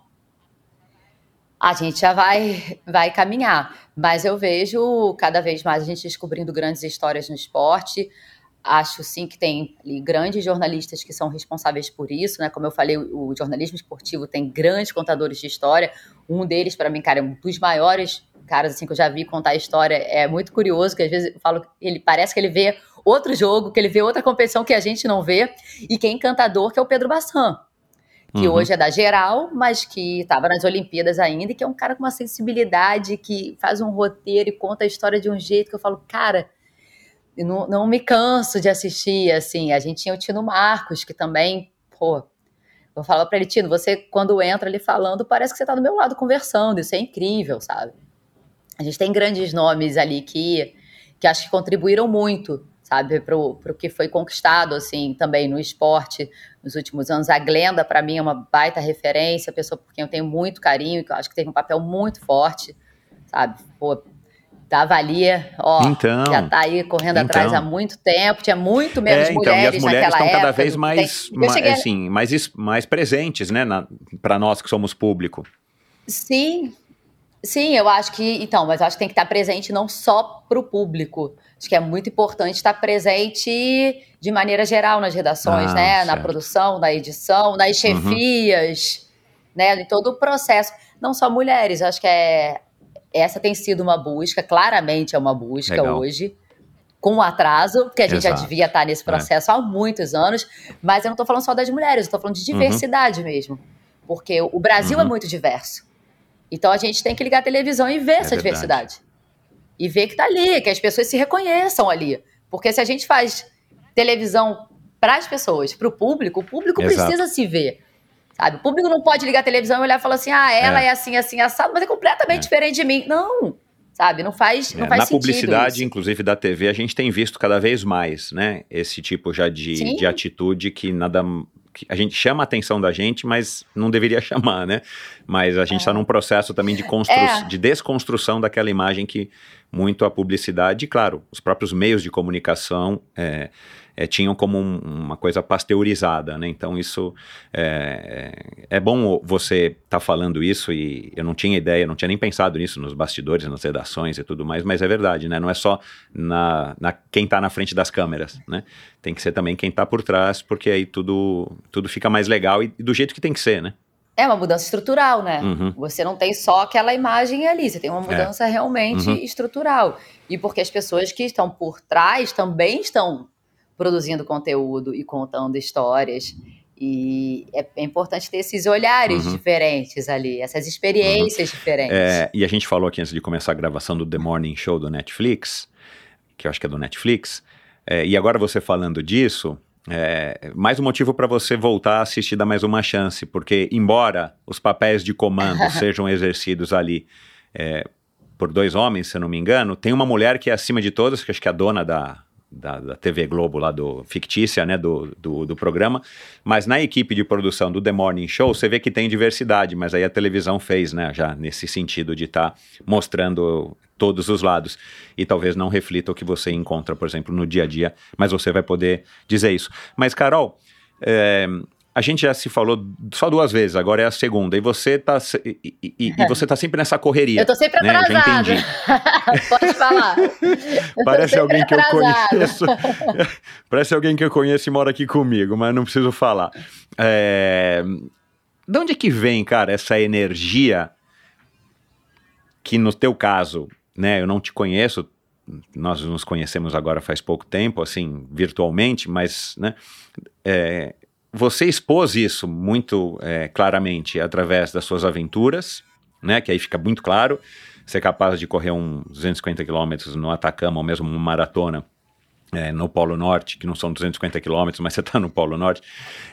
a gente já vai caminhar. Mas eu vejo cada vez mais a gente descobrindo grandes histórias no esporte. Acho, sim, que tem grandes jornalistas que são responsáveis por isso, né? Como eu falei, o jornalismo esportivo tem grandes contadores de história. Um deles, para mim, cara, é um dos maiores caras assim, que eu já vi contar a história. É muito curioso, que às vezes eu falo, parece que ele vê outro jogo, que ele vê outra competição que a gente não vê. E que é encantador, que é o Pedro Bassan, que hoje é da Geral, mas que estava nas Olimpíadas ainda, e que é um cara com uma sensibilidade, que faz um roteiro e conta a história de um jeito que eu falo, cara, eu não me canso de assistir, assim. A gente tinha o Tino Marcos, que também, eu falava pra ele, Tino, você quando entra ali falando, parece que você tá do meu lado conversando, isso é incrível, sabe? A gente tem grandes nomes ali que acho que contribuíram muito, sabe, pro que foi conquistado, assim, também no esporte nos últimos anos. A Glenda, para mim, é uma baita referência, pessoa por quem eu tenho muito carinho, que eu acho que teve um papel muito forte, sabe? Da Valia, então, já tá aí correndo atrás há muito tempo, tinha muito menos mulheres e as mulheres naquela estão cada época, vez mais presentes, né, para nós que somos público. Sim, eu acho que... mas eu acho que tem que estar presente não só para o público. Acho que é muito importante estar presente de maneira geral nas redações, né? Certo. Na produção, na edição, nas chefias, né? Em todo o processo. Não só mulheres, acho que essa tem sido uma busca, claramente é uma busca hoje, com atraso, porque a gente já devia estar nesse processo há muitos anos, mas eu não estou falando só das mulheres, eu estou falando de diversidade mesmo. Porque o Brasil é muito diverso. Então a gente tem que ligar a televisão e ver essa diversidade. E ver que tá ali, que as pessoas se reconheçam ali. Porque se a gente faz televisão para as pessoas, para o público precisa se ver. Sabe? O público não pode ligar a televisão e olhar e falar assim, ela é assim, assim, assado, mas é completamente diferente de mim. Não, sabe? Não faz sentido. Na publicidade, isso. Inclusive da TV, a gente tem visto cada vez mais, né? Esse tipo já de atitude que a gente chama a atenção da gente, mas não deveria chamar, né? Mas a gente está num processo também de desconstrução daquela imagem que muito a publicidade, e claro, os próprios meios de comunicação tinham como uma coisa pasteurizada, né? Então isso é bom você estar falando isso, e eu não tinha ideia, não tinha nem pensado nisso nos bastidores, nas redações e tudo mais, mas é verdade, né? Não é só quem está na frente das câmeras, né? Tem que ser também quem está por trás, porque aí tudo fica mais legal e do jeito que tem que ser, né? É uma mudança estrutural, né? Você não tem só aquela imagem ali, você tem uma mudança realmente estrutural. E porque as pessoas que estão por trás também estão produzindo conteúdo e contando histórias. E é importante ter esses olhares diferentes ali, essas experiências diferentes. E a gente falou aqui antes de começar a gravação do The Morning Show do Netflix, que eu acho que é do Netflix, e agora você falando disso, mais um motivo para você voltar a assistir, dar mais uma chance, porque embora os papéis de comando sejam exercidos ali por 2 homens, se eu não me engano, tem uma mulher que é acima de todas, que acho que é a dona da TV Globo lá, fictícia, né, do programa, mas na equipe de produção do The Morning Show, você vê que tem diversidade, mas aí a televisão fez, né, já nesse sentido de estar mostrando todos os lados, e talvez não reflita o que você encontra, por exemplo, no dia a dia, mas você vai poder dizer isso. Mas, Carol, a gente já se falou só 2 vezes, agora é a segunda, e você tá sempre nessa correria. Eu tô sempre né? atrasada. Já entendi. Pode falar. Parece alguém que eu conheço. Parece alguém que eu conheço e mora aqui comigo, mas não preciso falar. De onde é que vem, cara, essa energia que no teu caso, né, eu não te conheço, nós nos conhecemos agora faz pouco tempo, assim, virtualmente, mas, né, você expôs isso muito claramente através das suas aventuras, né, que aí fica muito claro, ser capaz de correr 250 quilômetros no Atacama, ou mesmo uma maratona no Polo Norte, que não são 250 quilômetros, mas você está no Polo Norte,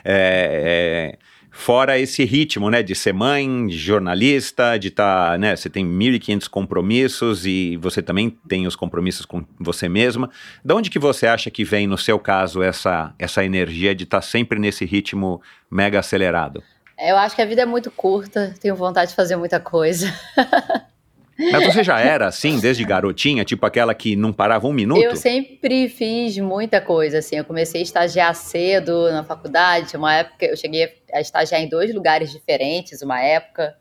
fora esse ritmo, né, de ser mãe, de jornalista, de estar, né, você tem 1.500 compromissos e você também tem os compromissos com você mesma. De onde que você acha que vem, no seu caso, essa energia de estar sempre nesse ritmo mega acelerado? Eu acho que a vida é muito curta, tenho vontade de fazer muita coisa. Mas você já era assim, desde garotinha, tipo aquela que não parava um minuto? Eu sempre fiz muita coisa, assim, eu comecei a estagiar cedo na faculdade, uma época eu cheguei a estagiar em 2 lugares diferentes, uma época.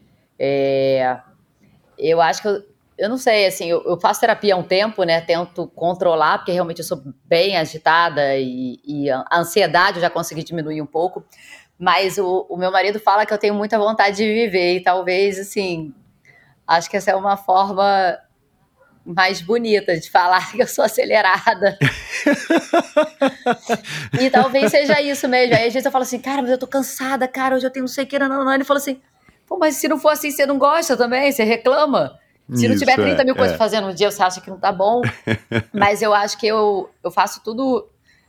Eu acho que eu não sei, assim, eu faço terapia há um tempo, né, tento controlar, porque realmente eu sou bem agitada e a ansiedade eu já consegui diminuir um pouco, mas o meu marido fala que eu tenho muita vontade de viver e talvez, assim, acho que essa é uma forma mais bonita de falar que eu sou acelerada. E talvez seja isso mesmo. Aí às vezes eu falo assim, cara, mas eu tô cansada, cara, hoje eu tenho não sei o que, não. Ele falou assim, pô, mas se não for assim, você não gosta também, você reclama. Se não tiver 30 mil coisas fazendo no dia, você acha que não tá bom. Mas eu acho que eu faço tudo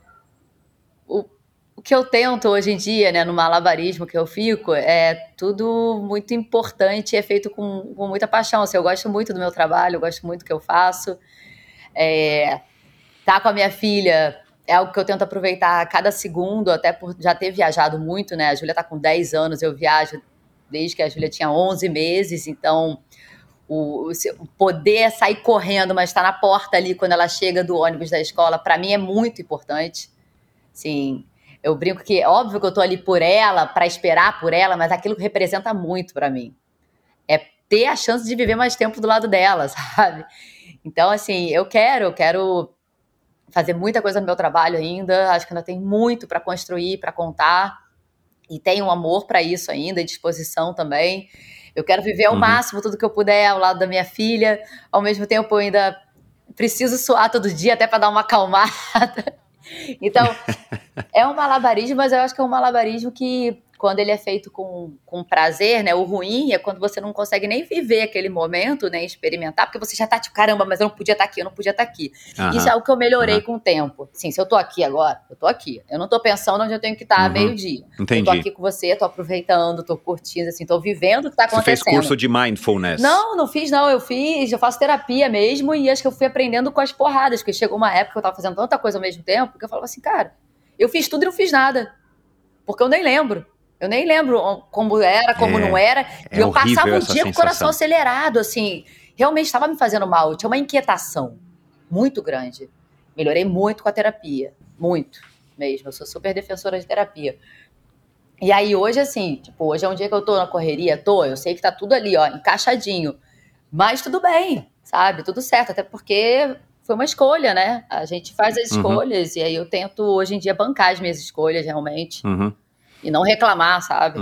o que eu tento hoje em dia, né, no malabarismo que eu fico, é tudo muito importante, é feito com muita paixão. Assim, eu gosto muito do meu trabalho, eu gosto muito do que eu faço. Tá com a minha filha é algo que eu tento aproveitar a cada segundo, até por já ter viajado muito, né? A Júlia tá com 10 anos, eu viajo desde que a Júlia tinha 11 meses, então o poder sair correndo, mas estar na porta ali quando ela chega do ônibus da escola, para mim é muito importante. Sim, eu brinco que é óbvio que eu tô ali por ela, para esperar por ela, mas aquilo representa muito para mim. É ter a chance de viver mais tempo do lado dela, sabe? Então, assim, eu quero fazer muita coisa no meu trabalho ainda, acho que ainda tem muito para construir, para contar, e tenho um amor para isso ainda, e disposição também. Eu quero viver ao máximo tudo que eu puder ao lado da minha filha, ao mesmo tempo eu ainda preciso suar todo dia até para dar uma acalmada. Então, é um malabarismo, mas eu acho que é um malabarismo que, quando ele é feito com prazer, né? O ruim é quando você não consegue nem viver aquele momento, nem experimentar, porque você já tá tipo, caramba, mas eu não podia estar aqui, eu não podia estar aqui. Isso é algo que eu melhorei com o tempo. Sim, se eu tô aqui agora, eu tô aqui. Eu não tô pensando onde eu tenho que estar meio-dia. Entendi. Eu tô aqui com você, tô aproveitando, tô curtindo, assim, tô vivendo o que tá acontecendo. Você fez curso de mindfulness? Não fiz, não. Eu faço terapia mesmo e acho que eu fui aprendendo com as porradas, porque chegou uma época que eu tava fazendo tanta coisa ao mesmo tempo que eu falava assim, cara, eu fiz tudo e não fiz nada. Porque eu nem lembro. Eu nem lembro como era, como não era. E eu passava o dia com o coração acelerado, assim. Realmente estava me fazendo mal. Eu tinha uma inquietação muito grande. Melhorei muito com a terapia. Muito mesmo. Eu sou super defensora de terapia. E aí hoje, assim, tipo, hoje é um dia que eu tô na correria, eu sei que tá tudo ali, ó, encaixadinho. Mas tudo bem, sabe? Tudo certo. Até porque foi uma escolha, né? A gente faz as escolhas. E aí eu tento, hoje em dia, bancar as minhas escolhas, realmente. E não reclamar, sabe?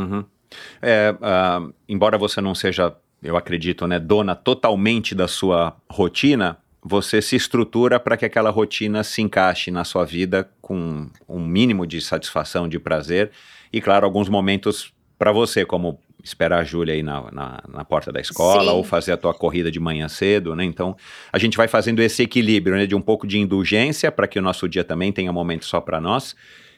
Embora você não seja, eu acredito, né, dona totalmente da sua rotina, você se estrutura para que aquela rotina se encaixe na sua vida com um mínimo de satisfação, de prazer. E, claro, alguns momentos para você, como esperar a Júlia aí na porta da escola, ou fazer a tua corrida de manhã cedo, né? Então, a gente vai fazendo esse equilíbrio, né, de um pouco de indulgência para que o nosso dia também tenha momento só para nós,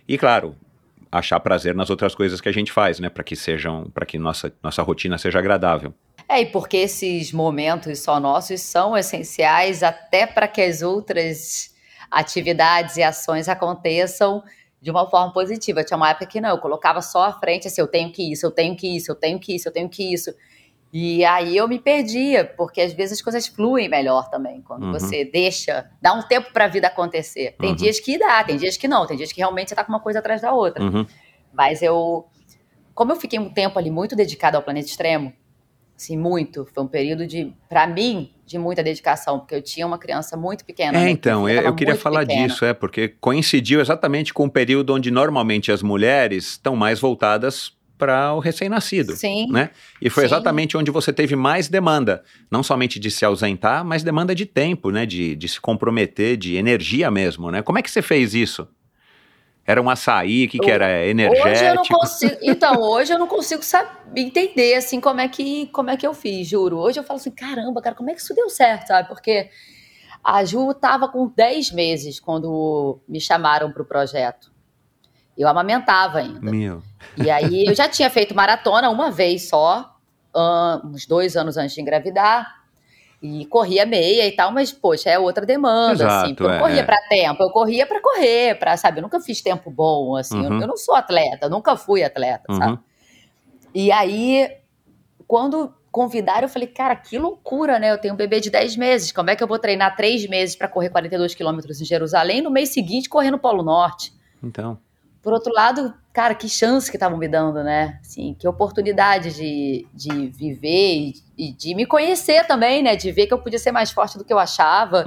E claro, achar prazer nas outras coisas que a gente faz, né? Para que nossa rotina seja agradável. E porque esses momentos só nossos são essenciais até para que as outras atividades e ações aconteçam de uma forma positiva. Tinha uma época que não, eu colocava só à frente, assim, eu tenho que isso, eu tenho que isso, eu tenho que isso, eu tenho que isso. E aí eu me perdia, porque às vezes as coisas fluem melhor também, quando você dá um tempo para a vida acontecer. Tem dias que dá, tem dias que não, tem dias que realmente você tá com uma coisa atrás da outra. Mas como eu fiquei um tempo ali muito dedicada ao Planeta Extremo, assim, muito, foi um período pra mim, de muita dedicação, porque eu tinha uma criança muito pequena. Né? Então, eu queria falar disso, porque coincidiu exatamente com o período onde normalmente as mulheres estão mais voltadas para o recém-nascido. Sim. Né? E foi exatamente onde você teve mais demanda, não somente de se ausentar, mas demanda de tempo, né? De se comprometer, de energia mesmo, né? Como é que você fez isso? Era um açaí, que era energético? Hoje eu não consigo, hoje eu não consigo entender, assim, como é que eu fiz, juro. Hoje eu falo assim, caramba, cara, como é que isso deu certo, sabe? Porque a Ju tava com 10 meses quando me chamaram pro projeto. Eu amamentava ainda. E aí eu já tinha feito maratona uma vez só, uns 2 anos antes de engravidar. E corria meia e tal, mas, poxa, é outra demanda, Exato, assim. Porque eu não corria pra tempo, eu corria pra correr, sabe? Eu nunca fiz tempo bom, assim. Eu não sou atleta, nunca fui atleta, sabe? E aí, quando convidaram, eu falei, cara, que loucura, né? Eu tenho um bebê de 10 meses, como é que eu vou treinar 3 meses pra correr 42 quilômetros em Jerusalém, no mês seguinte correr no Polo Norte? Então... Por outro lado, cara, que chance que estavam me dando, né? Assim, que oportunidade de viver e de me conhecer também, né? De ver que eu podia ser mais forte do que eu achava.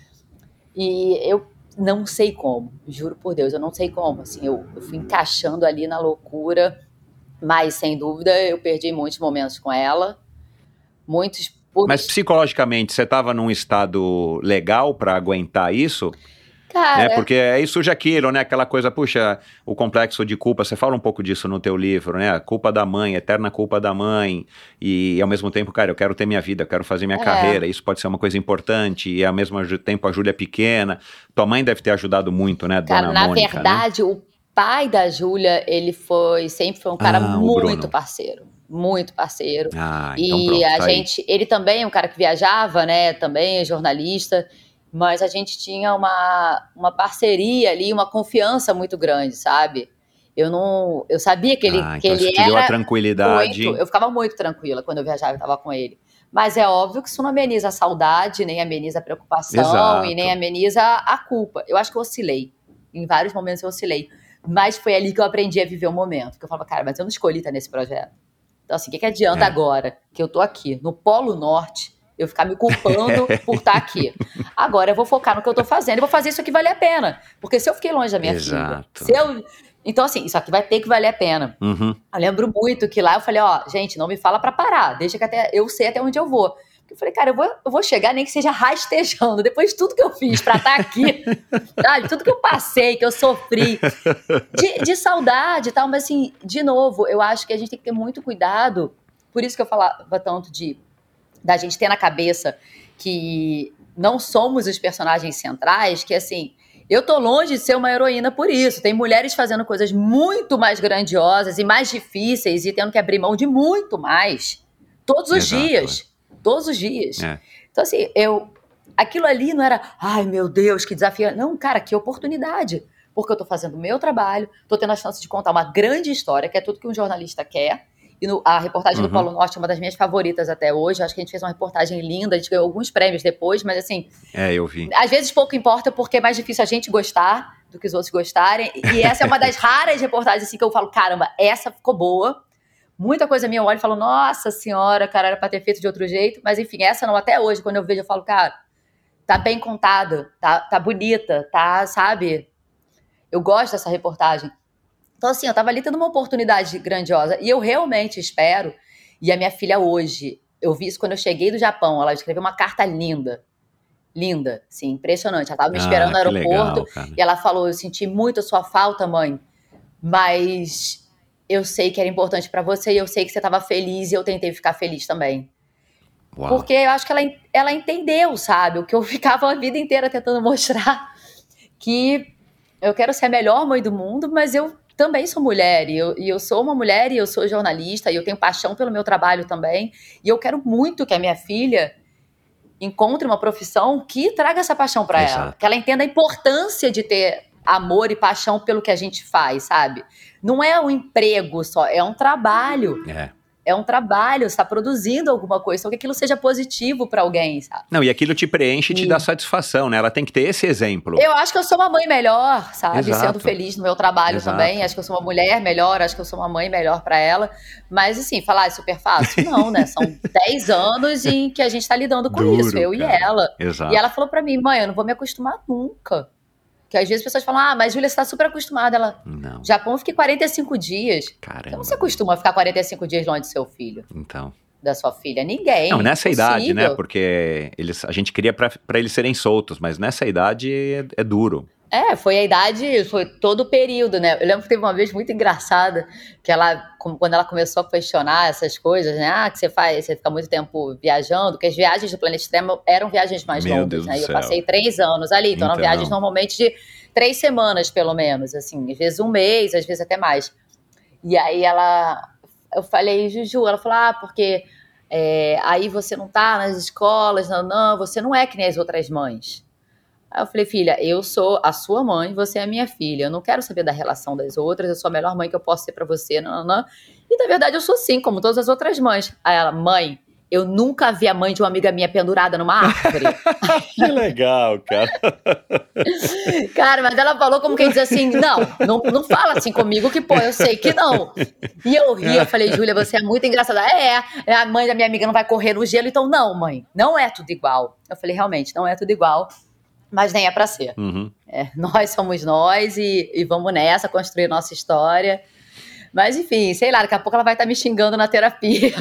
E eu não sei como, juro por Deus, eu não sei como. Assim, eu fui encaixando ali na loucura, mas, sem dúvida, eu perdi muitos momentos com ela. Mas psicologicamente, você estava num estado legal para aguentar isso? Cara... Né? Porque é isso de aquilo, né? Aquela coisa, puxa, o complexo de culpa, você fala um pouco disso no teu livro, né? A culpa da mãe, eterna culpa da mãe, e ao mesmo tempo, cara, eu quero ter minha vida, eu quero fazer minha carreira, isso pode ser uma coisa importante, e ao mesmo tempo a Júlia é pequena. Tua mãe deve ter ajudado muito, né, Dona Mônica? Na verdade, né? O pai da Júlia, ele sempre foi um cara muito parceiro. Muito parceiro. Então e pronto, ele também é um cara que viajava, né? Também é jornalista. Mas a gente tinha uma parceria ali, uma confiança muito grande, sabe? Eu sabia que ele, que ele era... deu a tranquilidade. Eu ficava muito tranquila quando eu viajava e estava com ele. Mas é óbvio que isso não ameniza a saudade, nem ameniza a preocupação, e nem ameniza a culpa. Eu acho que eu oscilei. Em vários momentos eu oscilei. Mas foi ali que eu aprendi a viver o momento. Que eu falava, cara, mas eu não escolhi estar nesse projeto. Então, assim, o que adianta agora que eu tô aqui, no Polo Norte, eu ficar me culpando por estar aqui? Agora eu vou focar no que eu tô fazendo e vou fazer isso aqui valer a pena. Porque se eu fiquei longe da minha filha... Então, assim, isso aqui vai ter que valer a pena. Eu lembro muito que lá eu falei, gente, não me fala pra parar. Deixa que eu sei até onde eu vou. Eu falei, cara, eu vou chegar nem que seja rastejando. Depois de tudo que eu fiz pra estar aqui, sabe? Tudo que eu passei, que eu sofri, de saudade e tal. Mas, assim, de novo, eu acho que a gente tem que ter muito cuidado. Por isso que eu falava tanto da gente ter na cabeça que não somos os personagens centrais, que, assim, eu tô longe de ser uma heroína por isso. Tem mulheres fazendo coisas muito mais grandiosas e mais difíceis e tendo que abrir mão de muito mais todos os dias. Todos os dias. Então, assim, aquilo ali não era, ai, meu Deus, que desafio. Não, cara, que oportunidade. Porque eu tô fazendo o meu trabalho, tô tendo a chance de contar uma grande história, que é tudo que um jornalista quer. E a reportagem do Polo Norte é uma das minhas favoritas até hoje. Acho que a gente fez uma reportagem linda, a gente ganhou alguns prêmios depois, mas assim... eu vi. Às vezes pouco importa, porque é mais difícil a gente gostar do que os outros gostarem. E essa é uma das raras reportagens assim, que eu falo, caramba, essa ficou boa. Muita coisa minha eu olho e falo, nossa senhora, cara, era pra ter feito de outro jeito. Mas enfim, essa não, até hoje, quando eu vejo, eu falo, cara, tá bem contada, tá bonita, tá, sabe? Eu gosto dessa reportagem. Então, assim, eu tava ali tendo uma oportunidade grandiosa. E eu realmente espero, e a minha filha hoje, eu vi isso quando eu cheguei do Japão, ela escreveu uma carta linda. Linda, assim, impressionante. Ela tava me esperando no aeroporto, legal, e ela falou, eu senti muito a sua falta, mãe, mas eu sei que era importante pra você, e eu sei que você tava feliz, e eu tentei ficar feliz também. Uau. Porque eu acho que ela entendeu, sabe? O que eu ficava a vida inteira tentando mostrar, que eu quero ser a melhor mãe do mundo, mas eu também sou mulher, e eu sou uma mulher, e eu sou jornalista, e eu tenho paixão pelo meu trabalho também, e eu quero muito que a minha filha encontre uma profissão que traga essa paixão para ela, que ela entenda a importância de ter amor e paixão pelo que a gente faz, sabe? Não é um emprego só, é um trabalho. É um trabalho, você está produzindo alguma coisa, então que aquilo seja positivo para alguém, sabe? Não, e aquilo te preenche e te dá satisfação, né? Ela tem que ter esse exemplo. Eu acho que eu sou uma mãe melhor, sabe? Exato. Sendo feliz no meu trabalho também. Acho que eu sou uma mulher melhor, acho que eu sou uma mãe melhor para ela. Mas, assim, falar é super fácil? Não, né? São 10 anos em que a gente tá lidando com isso, eu e ela. Exato. E ela falou para mim, mãe, eu não vou me acostumar nunca. Porque às vezes as pessoas falam, mas Júlia, você tá super acostumada. Ela, não. Japão eu fiquei 45 dias. Caramba. Você não se acostuma a ficar 45 dias longe do seu filho. Então. Da sua filha. Ninguém. Não, nessa idade, né? Porque a gente queria pra eles serem soltos, mas nessa idade é duro. Foi a idade, foi todo o período, né? Eu lembro que teve uma vez muito engraçada, que quando ela começou a questionar essas coisas, né? Que você fica muito tempo viajando, que as viagens do Planeta Extremo eram viagens mais longas, né? E eu passei 3 anos ali, então eram viagens normalmente de 3 semanas, pelo menos, assim, às vezes 1 mês, às vezes até mais. E aí eu falei, Juju, ela falou, porque aí você não tá nas escolas, não, você não é que nem as outras mães. Aí eu falei, filha, eu sou a sua mãe, você é a minha filha. Eu não quero saber da relação das outras, eu sou a melhor mãe que eu posso ser pra você. Não. E na verdade eu sou sim, como todas as outras mães. Aí ela, mãe, eu nunca vi a mãe de uma amiga minha pendurada numa árvore. Que legal, cara. Cara, mas ela falou como quem diz assim, não fala assim comigo que, eu sei que não. E eu ri, eu falei, Júlia, você é muito engraçada. A mãe da minha amiga não vai correr no gelo, então não, mãe, não é tudo igual. Eu falei, realmente, não é tudo igual. Mas nem é pra ser. Uhum. Nós somos nós e vamos nessa, construir nossa história. Mas enfim, sei lá, daqui a pouco ela vai estar me xingando na terapia.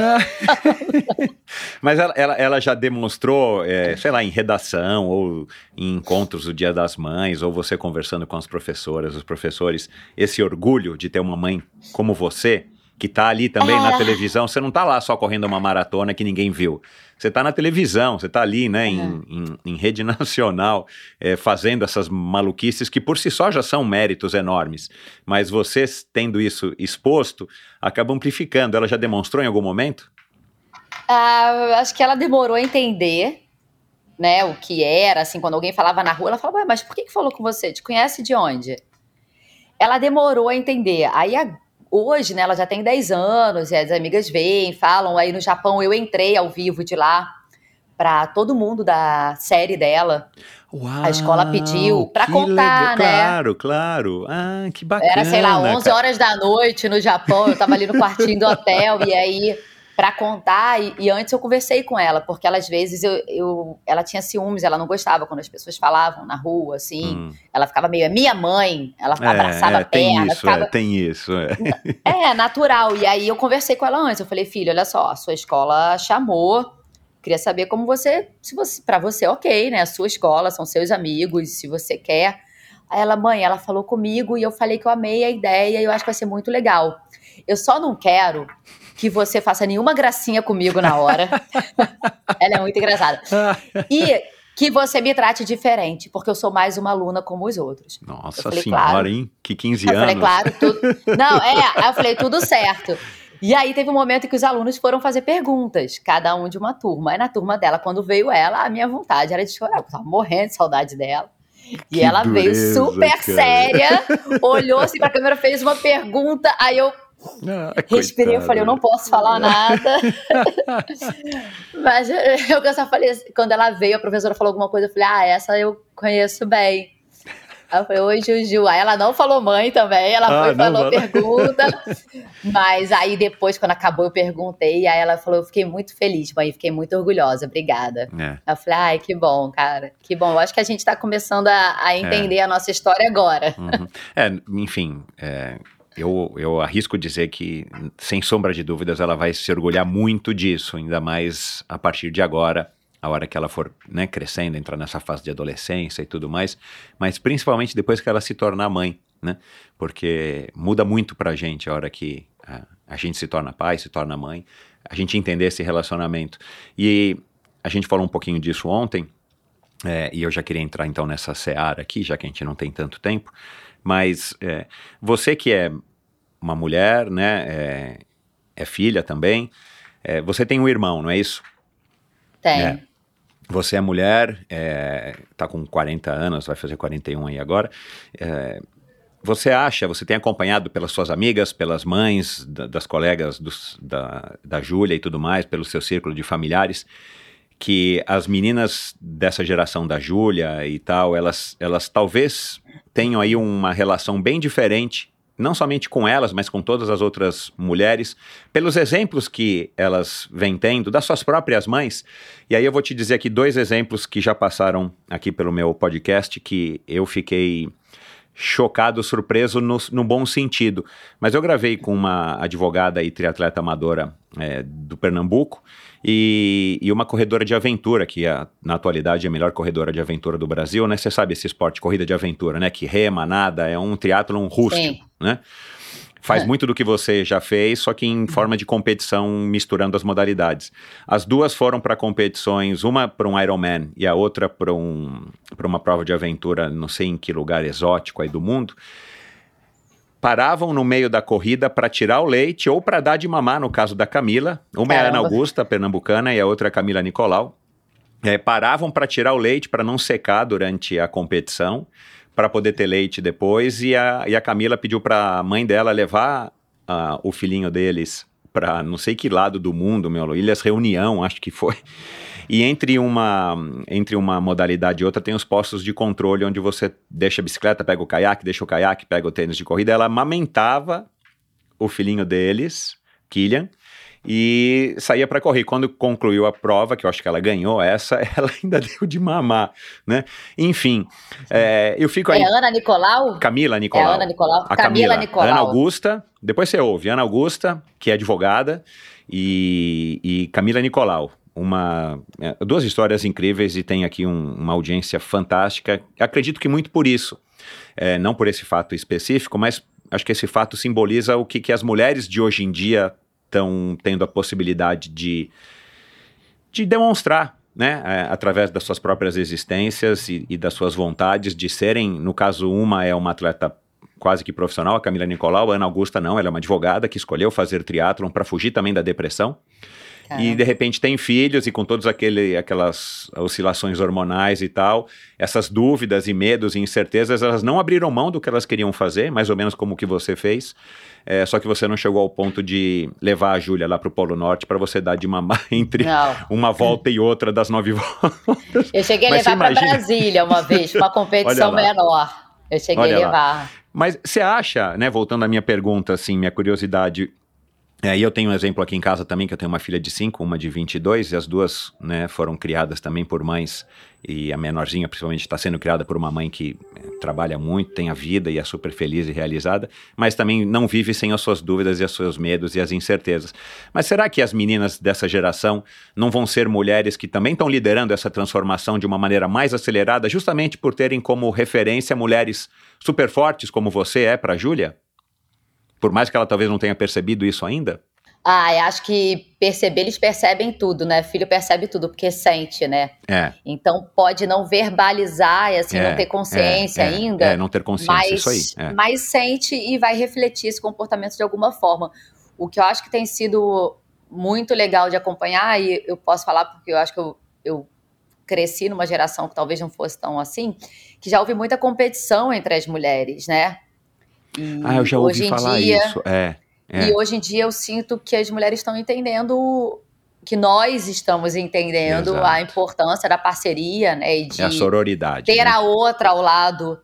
Mas ela já demonstrou, sei lá, em redação ou em encontros do Dia das Mães, ou você conversando com as professoras, os professores, esse orgulho de ter uma mãe como você, que tá ali também na televisão. Você não tá lá só correndo uma maratona que ninguém viu. Você tá na televisão, você tá ali, né, em rede nacional, fazendo essas maluquices que por si só já são méritos enormes. Mas vocês, tendo isso exposto, acaba amplificando. Ela já demonstrou em algum momento? Acho que ela demorou a entender, né, o que era, assim, quando alguém falava na rua, ela falava, mas por que falou com você? Te conhece de onde? Ela demorou a entender. Aí hoje, né, ela já tem 10 anos, e as amigas veem, falam, aí no Japão eu entrei ao vivo de lá pra todo mundo da série dela. Uau, a escola pediu pra contar, legal. né? Claro. Que bacana. Era, sei lá, 11 horas da noite no Japão, eu tava ali no quartinho do hotel, e aí, pra contar, e antes eu conversei com ela, porque ela, às vezes, ela tinha ciúmes, ela não gostava quando as pessoas falavam na rua, assim, ela ficava meio, minha mãe, ela abraçava a perna. Tem isso. É natural, e aí eu conversei com ela antes, eu falei, filha, olha só, a sua escola chamou, queria saber como pra você, ok, né, a sua escola, são seus amigos, se você quer. Aí ela falou comigo e eu falei que eu amei a ideia e eu acho que vai ser muito legal. Eu só não quero que você faça nenhuma gracinha comigo na hora. Ela é muito engraçada. E que você me trate diferente, porque eu sou mais uma aluna como os outros. Nossa falei, senhora, claro. Hein? Que 15 anos. Eu falei, claro, tudo... Não, aí eu falei, tudo certo. E aí teve um momento em que os alunos foram fazer perguntas, cada um de uma turma. Aí na turma dela, quando veio ela, a minha vontade era de chorar, eu tava morrendo de saudade dela. E ela veio super séria, olhou assim pra câmera, fez uma pergunta, aí eu respirei, eu falei, eu não posso falar nada. Mas eu só falei, quando ela veio, a professora falou alguma coisa, eu falei, essa eu conheço bem. Aí eu falei, oi, Juju. Aí ela não falou mãe também, ela foi e falou pergunta. Mas aí depois, quando acabou, eu perguntei. Aí ela falou, eu fiquei muito feliz, mãe, fiquei muito orgulhosa, obrigada. Aí eu falei, que bom, cara, que bom. Eu acho que a gente tá começando a entender a nossa história agora. Enfim, eu arrisco dizer que, sem sombra de dúvidas, ela vai se orgulhar muito disso, ainda mais a partir de agora. A hora que ela for, né, crescendo, entrar nessa fase de adolescência e tudo mais, mas principalmente depois que ela se tornar mãe, né, porque muda muito pra gente a hora que a gente se torna pai, se torna mãe, a gente entender esse relacionamento. E a gente falou um pouquinho disso ontem, e eu já queria entrar então nessa seara aqui, já que a gente não tem tanto tempo, Mas você que é uma mulher, né, é filha também, você tem um irmão, não é isso? Tem. Você é mulher, tá com 40 anos, vai fazer 41 aí agora. Você tem acompanhado pelas suas amigas, pelas mães, das colegas da Júlia e tudo mais, pelo seu círculo de familiares, que as meninas dessa geração da Júlia e tal, elas talvez tenham aí uma relação bem diferente, não somente com elas, mas com todas as outras mulheres, pelos exemplos que elas vêm tendo das suas próprias mães. E aí eu vou te dizer aqui 2 exemplos que já passaram aqui pelo meu podcast, que eu fiquei chocado, surpreso no bom sentido. Mas eu gravei com uma advogada e triatleta amadora do Pernambuco e uma corredora de aventura, que na atualidade é a melhor corredora de aventura do Brasil, né? Você sabe esse esporte, corrida de aventura, né? Que rema, nada, é um triatlon rústico, né? Faz muito do que você já fez, só que em forma de competição, misturando as modalidades. As duas foram para competições, uma para um Ironman e a outra para uma prova de aventura, não sei em que lugar exótico aí do mundo. Paravam no meio da corrida para tirar o leite ou para dar de mamar, no caso da Camila. Uma é a Ana Augusta, pernambucana, e a outra é a Camila Nicolau. Paravam para tirar o leite para não secar durante a competição, para poder ter leite depois, e a Camila pediu para a mãe dela levar o filhinho deles para não sei que lado do mundo, Ilhas Reunião, acho que foi. E entre uma modalidade e outra tem os postos de controle, onde você deixa a bicicleta, pega o caiaque, pega o tênis de corrida. Ela amamentava o filhinho deles, Killian, e saía para correr. Quando concluiu a prova, que eu acho que ela ganhou ela ainda deu de mamar, né? Enfim, eu fico aí... Ana Nicolau? Camila Nicolau. Ana Nicolau. A Camila Nicolau. Ana Augusta, depois você ouve, Ana Augusta, que é advogada, e Camila Nicolau. 2 histórias incríveis e tem aqui uma audiência fantástica. Acredito que muito por isso, não por esse fato específico, mas acho que esse fato simboliza o que as mulheres de hoje em dia estão tendo a possibilidade de demonstrar, né, através das suas próprias existências e das suas vontades de serem, no caso uma é uma atleta quase que profissional, a Camila Nicolau, a Ana Augusta não, ela é uma advogada que escolheu fazer triatlon para fugir também da depressão. E de repente tem filhos e com todas aquelas oscilações hormonais e tal, essas dúvidas e medos e incertezas, elas não abriram mão do que elas queriam fazer, mais ou menos como o que você fez, só que você não chegou ao ponto de levar a Júlia lá pro Polo Norte para você dar de mamar entre uma volta e outra das 9 voltas. Eu cheguei a levar para Brasília uma vez, uma competição menor. Eu cheguei a levar. Mas você acha, né, voltando à minha pergunta, assim, minha curiosidade... E eu tenho um exemplo aqui em casa também, que eu tenho uma filha de 5, uma de 22, e as duas, né, foram criadas também por mães, e a menorzinha principalmente está sendo criada por uma mãe que trabalha muito, tem a vida e é super feliz e realizada, mas também não vive sem as suas dúvidas e os seus medos e as incertezas. Mas será que as meninas dessa geração não vão ser mulheres que também estão liderando essa transformação de uma maneira mais acelerada, justamente por terem como referência mulheres super fortes como você é para a Júlia? Por mais que ela talvez não tenha percebido isso ainda? Eu acho que eles percebem tudo, né? Filho percebe tudo, porque sente, né? Então pode não verbalizar, assim, não ter consciência ainda. Não ter consciência, isso aí. Mas sente e vai refletir esse comportamento de alguma forma. O que eu acho que tem sido muito legal de acompanhar, e eu posso falar porque eu acho que eu cresci numa geração que talvez não fosse tão assim, que já houve muita competição entre as mulheres, né? Eu já ouvi falar isso. E hoje em dia eu sinto que as mulheres estão entendendo, que nós estamos entendendo a importância da parceria, né? E de a sororidade. Ter a outra ao lado,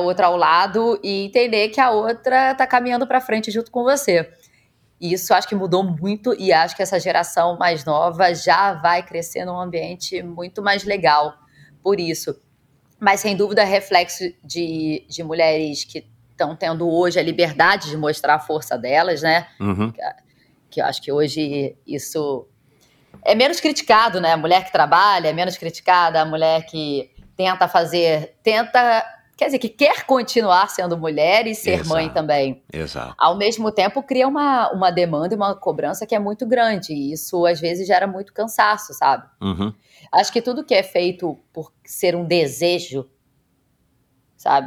e entender que a outra está caminhando para frente junto com você. E isso acho que mudou muito e acho que essa geração mais nova já vai crescer num ambiente muito mais legal por isso. Mas sem dúvida reflexo de mulheres que estão tendo hoje a liberdade de mostrar a força delas, né? Que eu acho que hoje isso é menos criticado, né? A mulher que trabalha é menos criticada, a mulher que quer dizer, que quer continuar sendo mulher e ser mãe também. Exato. Ao mesmo tempo, cria uma demanda e uma cobrança que é muito grande, e isso às vezes gera muito cansaço, sabe? Acho que tudo que é feito por ser um desejo, sabe?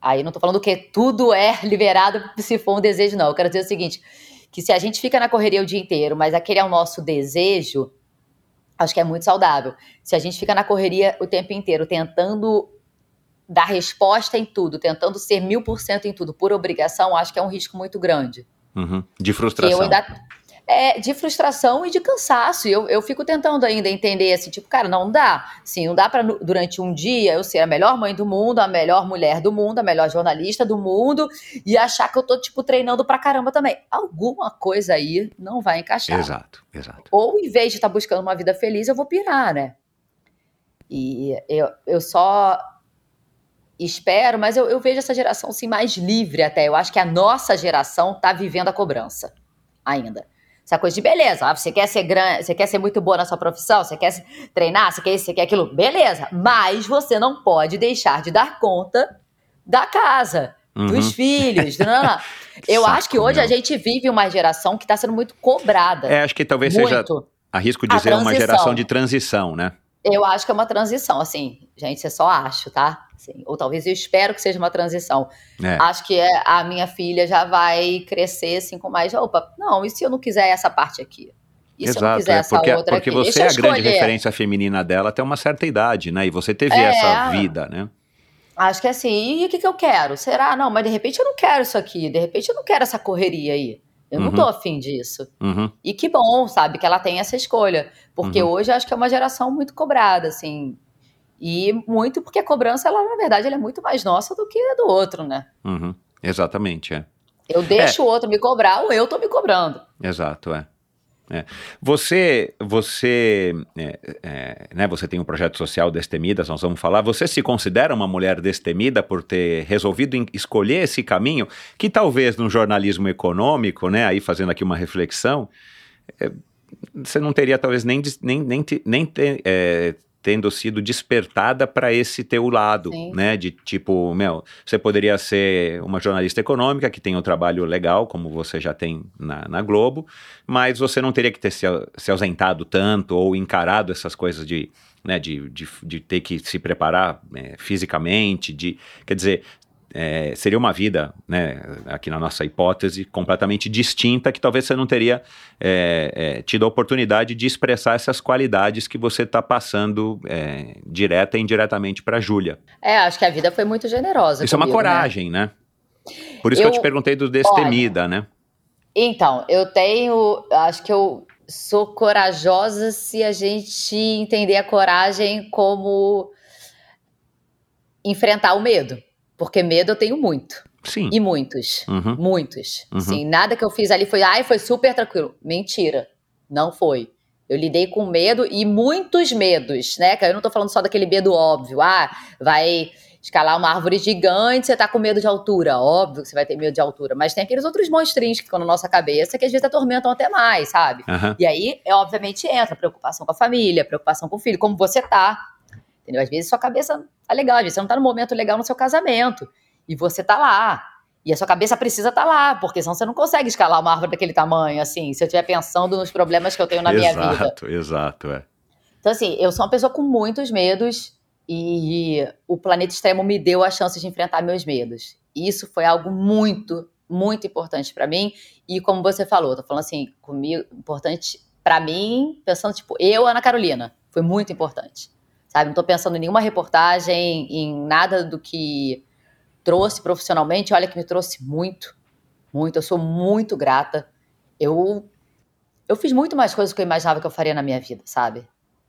Aí não tô falando que tudo é liberado se for um desejo, não. Eu quero dizer o seguinte, que se a gente fica na correria o dia inteiro, mas aquele é o nosso desejo, acho que é muito saudável. Se a gente fica na correria o tempo inteiro, tentando dar resposta em tudo, tentando ser 1000% em tudo, por obrigação, acho que é um risco muito grande. De frustração. De frustração e de cansaço. Eu fico tentando ainda entender, assim, tipo, cara, não dá. Sim, não dá pra, durante um dia, eu ser a melhor mãe do mundo, a melhor mulher do mundo, a melhor jornalista do mundo, e achar que eu tô, tipo, treinando pra caramba também. Alguma coisa aí não vai encaixar. Exato. Ou, em vez de estar buscando uma vida feliz, eu vou pirar, né? E eu só espero, mas eu vejo essa geração, assim, mais livre até. Eu acho que a nossa geração tá vivendo a cobrança ainda. Essa coisa de beleza, você quer ser grande, você quer ser muito boa na sua profissão, você quer treinar, você quer isso, você quer aquilo, beleza. Mas você não pode deixar de dar conta da casa, dos filhos. Não. Eu acho que hoje a gente vive uma geração que está sendo muito cobrada. Acho que talvez seja, arrisco dizer, uma geração de transição, né? Eu acho que é uma transição, assim, gente, eu só acho, tá? Assim, ou talvez eu espero que seja uma transição. Acho que a minha filha já vai crescer, assim, com mais, não, e se eu não quiser essa parte aqui? E se eu não quiser essa outra porque aqui? Você é a grande referência feminina dela até uma certa idade, né? E você teve essa vida, né? Acho que assim, e o que eu quero? Será? Não, mas de repente eu não quero isso aqui, de repente eu não quero essa correria aí. Eu não tô afim disso. E que bom, sabe, que ela tem essa escolha. Porque hoje eu acho que é uma geração muito cobrada, assim. E muito porque a cobrança, ela, na verdade, ela é muito mais nossa do que a do outro, né? Exatamente, Eu deixo o outro me cobrar ou eu tô me cobrando. Exato, Você tem um projeto social Destemidas, nós vamos falar. Você se considera uma mulher destemida por ter resolvido escolher esse caminho, que talvez no jornalismo econômico, né, aí fazendo aqui uma reflexão, você não teria talvez nem tendo sido despertada para esse teu lado, né, de tipo, você poderia ser uma jornalista econômica que tem um trabalho legal, como você já tem na Globo, mas você não teria que ter se ausentado tanto ou encarado essas coisas de ter que se preparar fisicamente, quer dizer, seria uma vida, né, aqui na nossa hipótese, completamente distinta, que talvez você não teria tido a oportunidade de expressar essas qualidades que você está passando direta e indiretamente para a Júlia. Acho que a vida foi muito generosa. Isso comigo, é uma coragem, né? Por isso que eu te perguntei do destemida, né? Então, acho que eu sou corajosa se a gente entender a coragem como enfrentar o medo. Porque medo eu tenho muito. Sim. E muitos. Muitos. Assim, nada que eu fiz ali foi super tranquilo. Mentira. Não foi. Eu lidei com medo e muitos medos, né? Eu não tô falando só daquele medo óbvio. Vai escalar uma árvore gigante, você tá com medo de altura. Óbvio que você vai ter medo de altura. Mas tem aqueles outros monstrinhos que ficam na nossa cabeça que às vezes atormentam até mais, sabe? E aí, obviamente, entra preocupação com a família, preocupação com o filho, como você tá. Entendeu? Às vezes sua cabeça tá legal, às vezes você não tá no momento legal no seu casamento, e você tá lá, e a sua cabeça precisa estar lá, porque senão você não consegue escalar uma árvore daquele tamanho, assim, se eu estiver pensando nos problemas que eu tenho na minha vida. Exato. Então, assim, eu sou uma pessoa com muitos medos, e o Planeta Extremo me deu a chance de enfrentar meus medos. E isso foi algo muito, muito importante pra mim, e como você falou, tô falando assim, comigo, importante pra mim, pensando, tipo, Ana Carolina, foi muito importante. Sabe, não tô pensando em nenhuma reportagem, em nada do que trouxe profissionalmente. Olha que me trouxe muito, muito. Eu sou muito grata. Eu fiz muito mais coisas do que eu imaginava que eu faria na minha vida, sabe?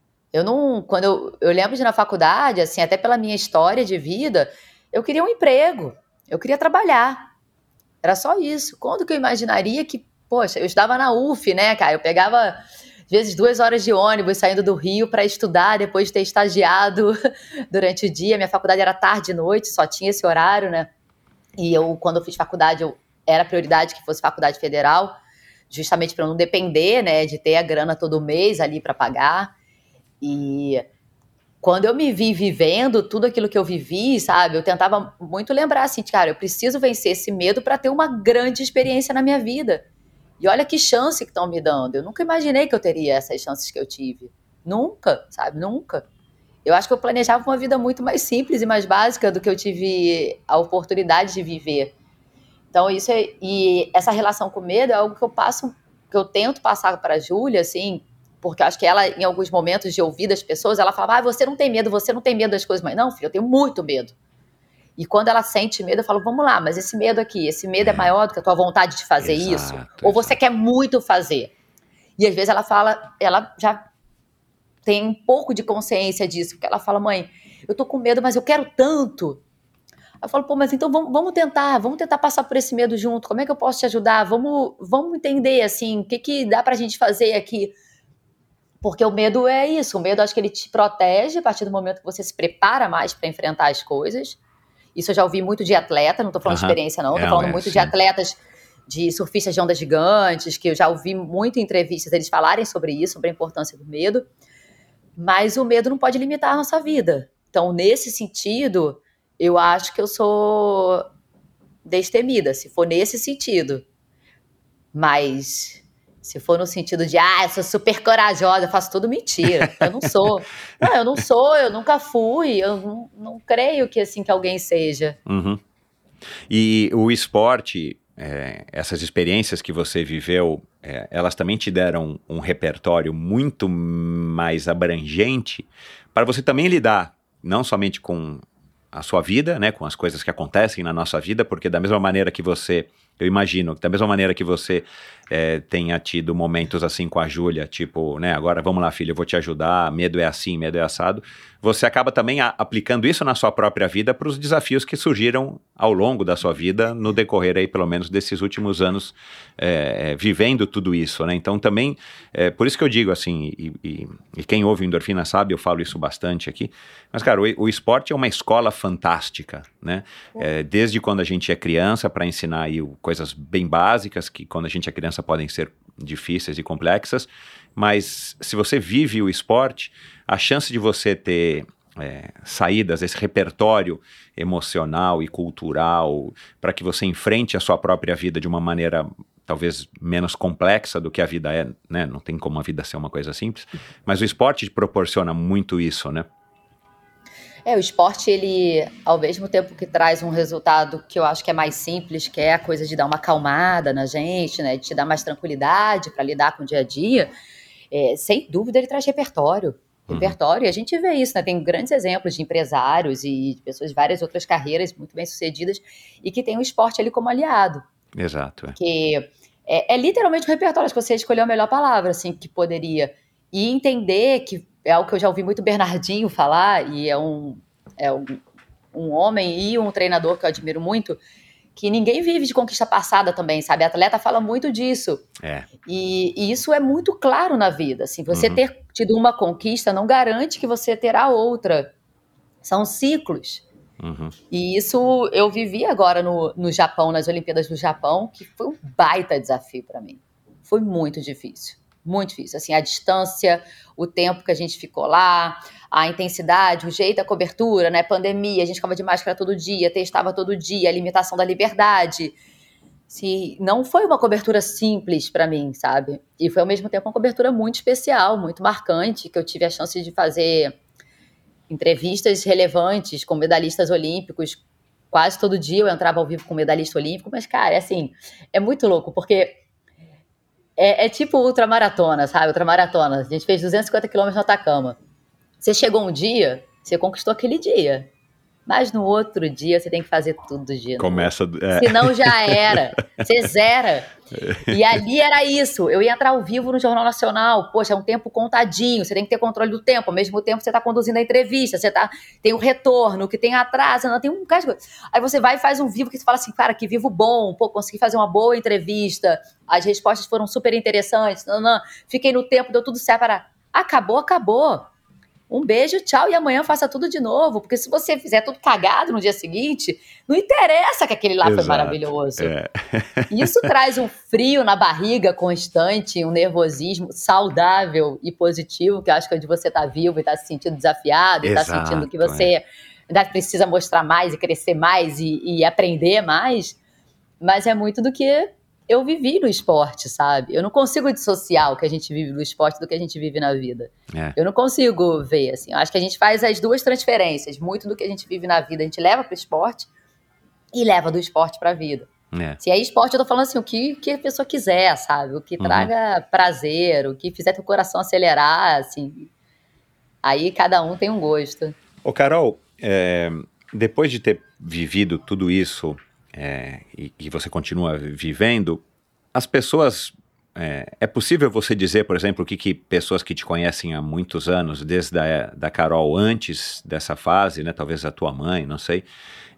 Quando eu lembro de na faculdade, assim, até pela minha história de vida, eu queria um emprego. Eu queria trabalhar. Era só isso. Quando que eu imaginaria que, poxa, eu estudava na UF, né, cara? Eu pegava às vezes 2 horas de ônibus saindo do Rio para estudar, depois de ter estagiado durante o dia. Minha faculdade era tarde e noite, só tinha esse horário, né? E quando eu fiz faculdade, era prioridade que fosse faculdade federal, justamente para não depender, né, de ter a grana todo mês ali para pagar. E quando eu me vi vivendo tudo aquilo que eu vivi, sabe, eu tentava muito lembrar assim, cara, eu preciso vencer esse medo para ter uma grande experiência na minha vida. E olha que chance que estão me dando. Eu nunca imaginei que eu teria essas chances que eu tive. Nunca, sabe? Nunca. eu acho que eu planejava uma vida muito mais simples e mais básica do que eu tive a oportunidade de viver. Então, e essa relação com o medo é algo que eu tento passar para a Júlia, assim, porque eu acho que ela, em alguns momentos de ouvir das pessoas, ela falava, você não tem medo das coisas. Mas não, filho, eu tenho muito medo. E quando ela sente medo, eu falo, vamos lá, mas esse medo é maior do que a tua vontade de fazer isso? Ou você quer muito fazer? E às vezes ela já tem um pouco de consciência disso, porque ela fala, mãe, eu tô com medo, mas eu quero tanto. Eu falo, mas então vamos tentar passar por esse medo junto, como é que eu posso te ajudar? Vamos entender, assim, o que dá pra gente fazer aqui? Porque o medo é isso, o medo acho que ele te protege a partir do momento que você se prepara mais para enfrentar as coisas. Isso eu já ouvi muito de atleta, não tô falando de experiência não, tô falando muito de atletas, de surfistas de ondas gigantes, que eu já ouvi muito em entrevistas eles falarem sobre isso, sobre a importância do medo. Mas o medo não pode limitar a nossa vida. Então, nesse sentido, eu acho que eu sou destemida, se for nesse sentido. Mas se for no sentido de, eu sou super corajosa, eu faço tudo mentira. Eu não sou. Não, eu não sou, eu nunca fui, eu não creio que assim que alguém seja. Uhum. E o esporte, essas experiências que você viveu, elas também te deram um repertório muito mais abrangente para você também lidar, não somente com a sua vida, né, com as coisas que acontecem na nossa vida, porque da mesma maneira que você, eu imagino, da mesma maneira que você tenha tido momentos assim com a Júlia, tipo, né, agora vamos lá, filha, eu vou te ajudar, medo é assim, medo é assado, você acaba também aplicando isso na sua própria vida para os desafios que surgiram ao longo da sua vida, no decorrer aí, pelo menos, desses últimos anos, vivendo tudo isso, né, então também, por isso que eu digo assim, e quem ouve Endorfina sabe, eu falo isso bastante aqui, mas cara, o esporte é uma escola fantástica, né, desde quando a gente é criança, para ensinar aí coisas bem básicas, que quando a gente é criança podem ser difíceis e complexas, mas se você vive o esporte, a chance de você ter saídas, esse repertório emocional e cultural, para que você enfrente a sua própria vida de uma maneira talvez menos complexa do que a vida é, né? Não tem como a vida ser uma coisa simples, mas o esporte proporciona muito isso, né? O esporte, ele, ao mesmo tempo que traz um resultado que eu acho que é mais simples, que é a coisa de dar uma acalmada na gente, né, de te dar mais tranquilidade para lidar com o dia a dia, sem dúvida ele traz repertório. E a gente vê isso, né, tem grandes exemplos de empresários e de pessoas de várias outras carreiras muito bem sucedidas e que tem o esporte ali como aliado. Exato. Que é literalmente um repertório, acho que você escolheu a melhor palavra, assim, que poderia. E entender que é algo que eu já ouvi muito Bernardinho falar, e é um homem e um treinador que eu admiro muito, que ninguém vive de conquista passada também, sabe? A atleta fala muito disso. E isso é muito claro na vida. Assim, você ter tido uma conquista não garante que você terá outra. São ciclos. E isso eu vivi agora no Japão, nas Olimpíadas do Japão, que foi um baita desafio para mim. Foi muito difícil. Muito difícil, assim, a distância, o tempo que a gente ficou lá, a intensidade, o jeito da cobertura, né, pandemia, a gente ficava de máscara todo dia, testava todo dia, a limitação da liberdade, não foi uma cobertura simples para mim, sabe, e foi ao mesmo tempo uma cobertura muito especial, muito marcante, que eu tive a chance de fazer entrevistas relevantes com medalhistas olímpicos, quase todo dia eu entrava ao vivo com medalhista olímpico, mas cara, assim, é muito louco, porque é tipo ultramaratona, sabe? Ultramaratona. A gente fez 250 quilômetros no Atacama. Você chegou um dia, você conquistou aquele dia. Mas no outro dia você tem que fazer tudo de novo. Começa... Senão já era. Você zera. E ali era isso. Eu ia entrar ao vivo no Jornal Nacional. Poxa, é um tempo contadinho. Você tem que ter controle do tempo. Ao mesmo tempo você está conduzindo a entrevista. Tem o retorno, que tem atraso. Tem um bocado de coisa. Aí você vai e faz um vivo que você fala assim, cara, que vivo bom. Pô, consegui fazer uma boa entrevista. As respostas foram super interessantes. Fiquei no tempo, deu tudo certo. Acabou. Um beijo, tchau, e amanhã faça tudo de novo, porque se você fizer tudo cagado no dia seguinte, não interessa que aquele lá foi maravilhoso. Isso traz um frio na barriga constante, um nervosismo saudável e positivo, que eu acho que é de você estar vivo e estar se sentindo desafiado, e estar sentindo que você ainda precisa mostrar mais e crescer mais e aprender mais, mas é muito do que eu vivi no esporte, sabe? Eu não consigo dissociar o que a gente vive no esporte do que a gente vive na vida. Eu não consigo ver, assim. Eu acho que a gente faz as duas transferências. Muito do que a gente vive na vida a gente leva para o esporte e leva do esporte para a vida. Se é esporte, eu tô falando assim, o que a pessoa quiser, sabe? O que traga prazer, o que fizer teu coração acelerar, assim. Aí cada um tem um gosto. Ô, Carol, depois de ter vivido tudo isso... e você continua vivendo, as pessoas... É possível você dizer, por exemplo, o que pessoas que te conhecem há muitos anos, desde da Carol antes dessa fase, né, talvez a tua mãe, não sei,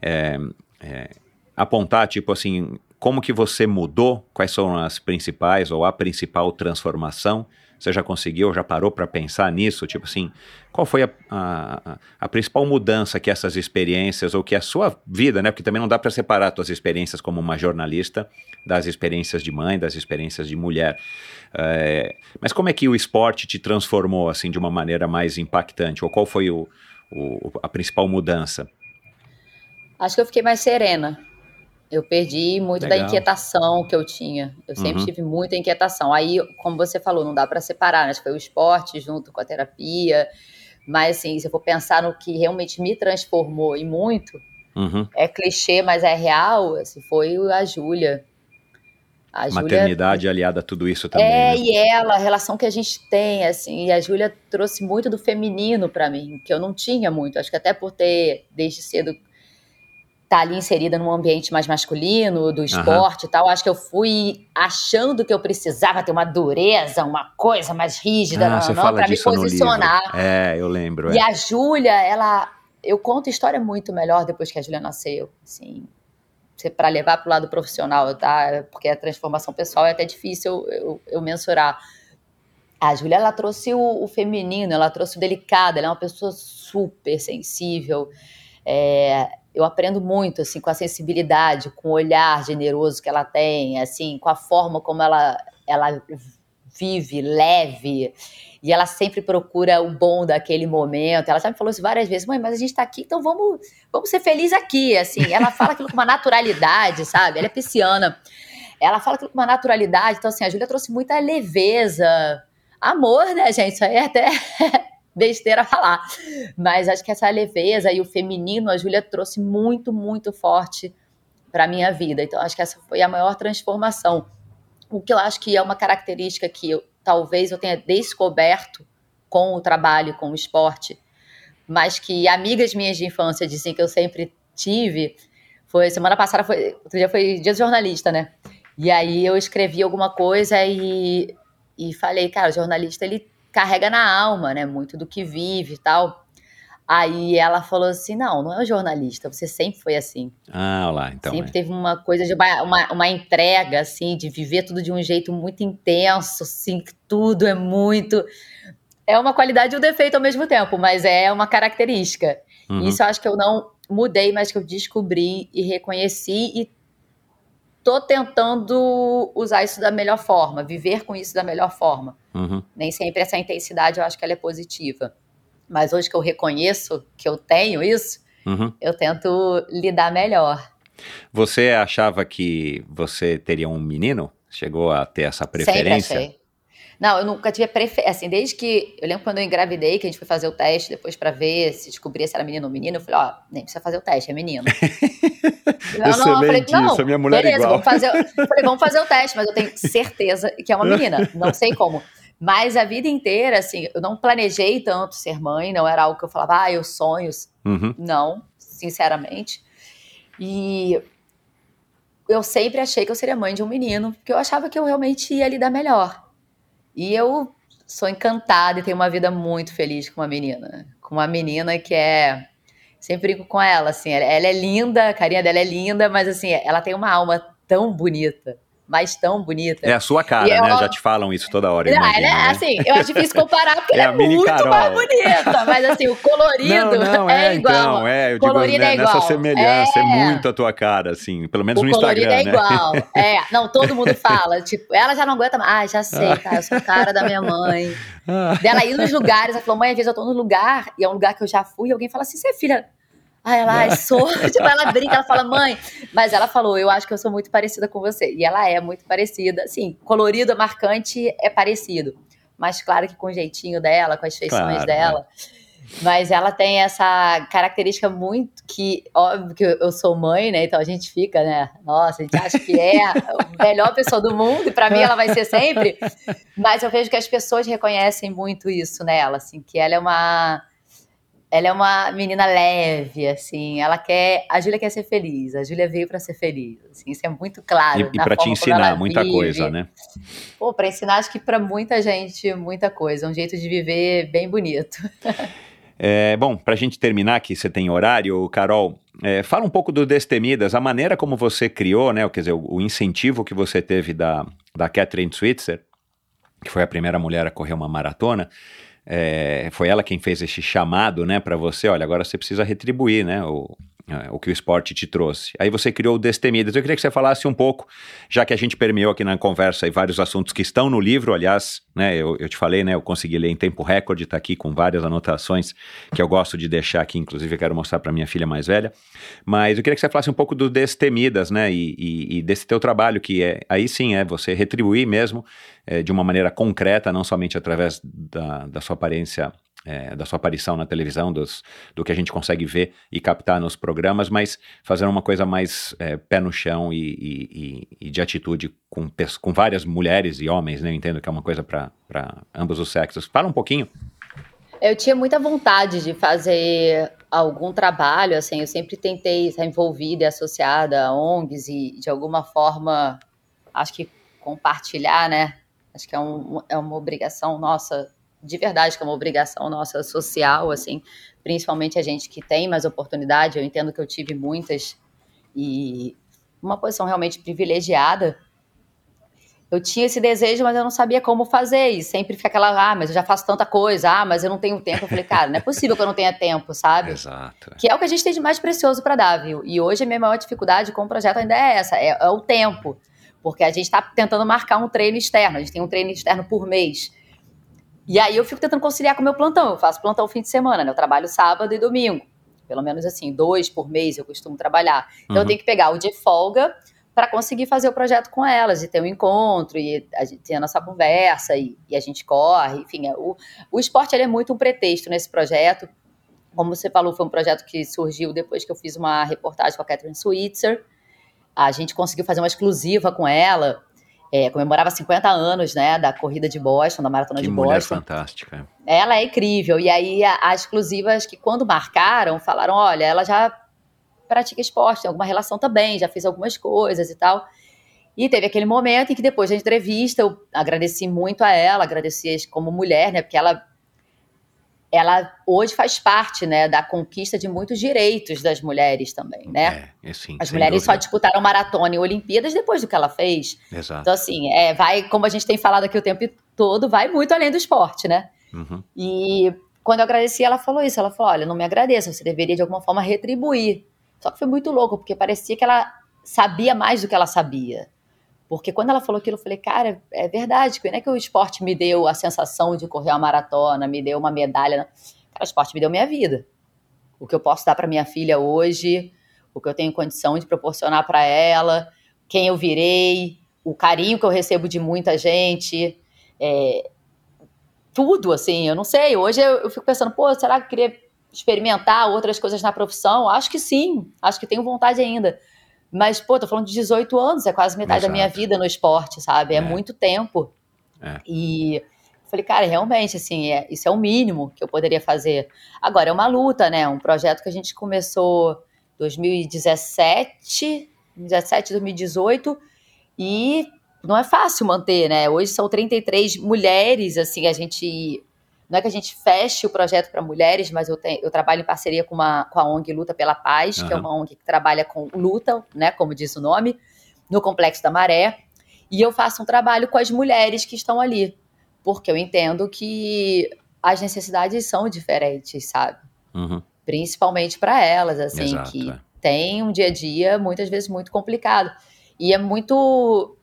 apontar, tipo assim, como que você mudou, quais são as principais ou a principal transformação? Você já conseguiu, já parou para pensar nisso? Tipo assim, qual foi a principal mudança que essas experiências, ou que a sua vida, né? Porque também não dá para separar suas experiências como uma jornalista das experiências de mãe, das experiências de mulher. Mas como é que o esporte te transformou, assim, de uma maneira mais impactante? Ou qual foi a principal mudança? Acho que eu fiquei mais serena. Eu perdi muito da inquietação que eu tinha. Eu sempre tive muita inquietação. Aí, como você falou, não dá para separar, né? Acho que foi o esporte junto com a terapia. Mas, assim, se eu for pensar no que realmente me transformou e muito, é clichê, mas é real, assim, foi a Júlia. A maternidade Júlia, aliada a tudo isso também, né? E ela, a relação que a gente tem, assim, e a Júlia trouxe muito do feminino para mim, que eu não tinha muito. Acho que até por ter, desde cedo, tá ali inserida num ambiente mais masculino, do esporte e tal, acho que eu fui achando que eu precisava ter uma dureza, uma coisa mais rígida, pra me posicionar. Eu lembro. E a Júlia, eu conto a história muito melhor depois que a Júlia nasceu, assim, para levar pro lado profissional, tá? Porque a transformação pessoal é até difícil eu mensurar. A Júlia, ela trouxe o feminino, ela trouxe o delicado, ela é uma pessoa super sensível, eu aprendo muito, assim, com a sensibilidade, com o olhar generoso que ela tem, assim, com a forma como ela vive, leve, e ela sempre procura o bom daquele momento. Ela já me falou isso várias vezes: mãe, mas a gente tá aqui, então vamos ser felizes aqui, assim. Ela fala aquilo com uma naturalidade, sabe? Ela é pisciana. Ela fala aquilo com uma naturalidade. Então, assim, a Júlia trouxe muita leveza, amor, né, gente? Isso aí é até... besteira a falar, mas acho que essa leveza e o feminino, a Júlia trouxe muito, muito forte para a minha vida. Então, acho que essa foi a maior transformação. O que eu acho que é uma característica que talvez eu tenha descoberto com o trabalho, com o esporte, mas que amigas minhas de infância dizem que eu sempre tive, foi semana passada, outro dia foi dia do jornalista, né? E aí eu escrevi alguma coisa e falei, cara, o jornalista, ele carrega na alma, né, muito do que vive e tal. Aí ela falou assim, não é um jornalista, você sempre foi assim. Olha lá, então. Sempre teve uma coisa de uma entrega, assim, de viver tudo de um jeito muito intenso, assim, que tudo é muito... É uma qualidade e um defeito ao mesmo tempo, mas é uma característica. Isso eu acho que eu não mudei, mas que eu descobri e reconheci e tô tentando usar isso da melhor forma, viver com isso da melhor forma. Nem sempre essa intensidade eu acho que ela é positiva. Mas hoje que eu reconheço que eu tenho isso, eu tento lidar melhor. Você achava que você teria um menino? Chegou a ter essa preferência? Sempre achei. Não, eu nunca tive preferência. Assim, desde que... Eu lembro quando eu engravidei, que a gente foi fazer o teste depois pra ver se descobria se era menino ou menino. Eu falei, nem precisa fazer o teste, é menino. Eu falei, isso, a minha mulher beleza, igual. Vamos fazer o teste, mas eu tenho certeza que é uma menina. Não sei como. Mas a vida inteira, assim, eu não planejei tanto ser mãe, não era algo que eu falava, eu sonho. Não, sinceramente. E eu sempre achei que eu seria mãe de um menino, porque eu achava que eu realmente ia lidar melhor. E eu sou encantada e tenho uma vida muito feliz com uma menina que é... Sempre brinco com ela, assim, ela é linda, a carinha dela é linda, mas assim, ela tem uma alma tão bonita, mas tão bonita. É a sua cara, né? Já te falam isso toda hora. Imagino, né? Assim, eu acho difícil comparar, porque ela é muito Carol. Mais bonita, mas assim, o colorido é igual. Então, eu digo, né, nessa semelhança, é muito a tua cara, assim, pelo menos no Instagram, né? O colorido é igual, não, todo mundo fala, tipo, ela já não aguenta mais, já sei, cara, eu sou a cara da minha mãe. Dela ir nos lugares, ela falou, mãe, às vezes eu tô num lugar, e é um lugar que eu já fui, e alguém fala assim, você é filha... Aí ela, ai, sou. Tipo, ela brinca, ela fala, mãe. Mas ela falou, eu acho que eu sou muito parecida com você. E ela é muito parecida. Assim, colorido, marcante, é parecido. Mas claro que com o jeitinho dela, com as feições dela. Mas ela tem essa característica muito que, óbvio que eu sou mãe, né? Então a gente fica, né? Nossa, a gente acha que é a melhor pessoa do mundo. E pra mim ela vai ser sempre. Mas eu vejo que as pessoas reconhecem muito isso nela, assim. Que ela é uma menina leve, assim, a Júlia quer ser feliz, a Júlia veio pra ser feliz, assim, isso é muito claro. E pra te ensinar muita coisa, né? Pô, pra ensinar, acho que pra muita gente, muita coisa, um jeito de viver bem bonito. Bom, pra gente terminar aqui, você tem horário, Carol, fala um pouco do Destemidas, a maneira como você criou, né, quer dizer, o incentivo que você teve da Catherine Switzer, que foi a primeira mulher a correr uma maratona. Foi ela quem fez esse chamado, né, para você, olha, agora você precisa retribuir, né, o que o esporte te trouxe. Aí você criou o Destemidas. Eu queria que você falasse um pouco, já que a gente permeou aqui na conversa e vários assuntos que estão no livro, aliás, né, eu te falei, né, eu consegui ler em tempo recorde, tá aqui com várias anotações que eu gosto de deixar aqui, inclusive eu quero mostrar para minha filha mais velha, mas eu queria que você falasse um pouco do Destemidas, né, e desse teu trabalho, que aí sim você retribuir mesmo, de uma maneira concreta, não somente através da sua aparência, da sua aparição na televisão, do que a gente consegue ver e captar nos programas, mas fazer uma coisa mais pé no chão e de atitude com várias mulheres e homens, né? Eu entendo que é uma coisa para ambos os sexos. Fala um pouquinho. Eu tinha muita vontade de fazer algum trabalho, assim, eu sempre tentei estar envolvida e associada a ONGs e, de alguma forma, acho que compartilhar, né? Acho que é uma obrigação nossa, de verdade, que é uma obrigação nossa social, assim, principalmente a gente que tem mais oportunidade. Eu entendo que eu tive muitas e uma posição realmente privilegiada. Eu tinha esse desejo, mas eu não sabia como fazer, e sempre fica aquela, mas eu já faço tanta coisa, mas eu não tenho tempo. Eu falei, cara, não é possível que eu não tenha tempo, sabe? Exato. Que é o que a gente tem de mais precioso para dar, viu? E hoje a minha maior dificuldade com o projeto ainda é essa, é o tempo. Porque a gente está tentando marcar um treino externo, a gente tem um treino externo por mês. E aí eu fico tentando conciliar com o meu plantão, eu faço plantão fim de semana, né? Eu trabalho sábado e domingo, pelo menos assim, 2 por mês eu costumo trabalhar. Então eu tenho que pegar o de folga para conseguir fazer o projeto com elas, e ter um encontro, e a gente tem a nossa conversa, e a gente corre, enfim. O esporte ele é muito um pretexto nesse projeto. Como você falou, foi um projeto que surgiu depois que eu fiz uma reportagem com a Catherine Switzer. A gente conseguiu fazer uma exclusiva com ela, comemorava 50 anos, né, da corrida de Boston, da maratona de Boston. Que mulher fantástica. Ela é incrível, e aí as exclusivas que quando marcaram, falaram, olha, ela já pratica esporte, tem alguma relação também, já fez algumas coisas e tal. E teve aquele momento em que depois da entrevista eu agradeci muito a ela, agradeci como mulher, né, porque ela hoje faz parte, né, da conquista de muitos direitos das mulheres também, né? Sim, as mulheres só disputaram maratona e Olimpíadas depois do que ela fez. Exato. Então, assim, vai, como a gente tem falado aqui o tempo todo, vai muito além do esporte, né? Uhum. E quando eu agradeci, ela falou isso. Ela falou, olha, não me agradeça, você deveria de alguma forma retribuir. Só que foi muito louco, porque parecia que ela sabia mais do que ela sabia. Porque quando ela falou aquilo, eu falei, cara, é verdade, não é que o esporte me deu a sensação de correr uma maratona, me deu uma medalha. Cara, o esporte me deu minha vida. O que eu posso dar para minha filha hoje, o que eu tenho condição de proporcionar para ela, quem eu virei, o carinho que eu recebo de muita gente, tudo, assim, eu não sei. Hoje eu fico pensando, pô, será que eu queria experimentar outras coisas na profissão? Acho que sim, acho que tenho vontade ainda. Mas, pô, tô falando de 18 anos, é quase metade da minha vida no esporte, sabe? É muito tempo. E falei, cara, realmente, assim, isso é o mínimo que eu poderia fazer. Agora, é uma luta, né? Um projeto que a gente começou em 2017, 2018, e não é fácil manter, né? Hoje são 33 mulheres, assim, não é que a gente feche o projeto para mulheres, mas eu trabalho em parceria com a ONG Luta pela Paz, que é uma ONG que trabalha com luta, né, como diz o nome, no Complexo da Maré. E eu faço um trabalho com as mulheres que estão ali, porque eu entendo que as necessidades são diferentes, sabe? Uhum. Principalmente para elas, assim, Exato, que tem um dia a dia, muitas vezes, muito complicado. E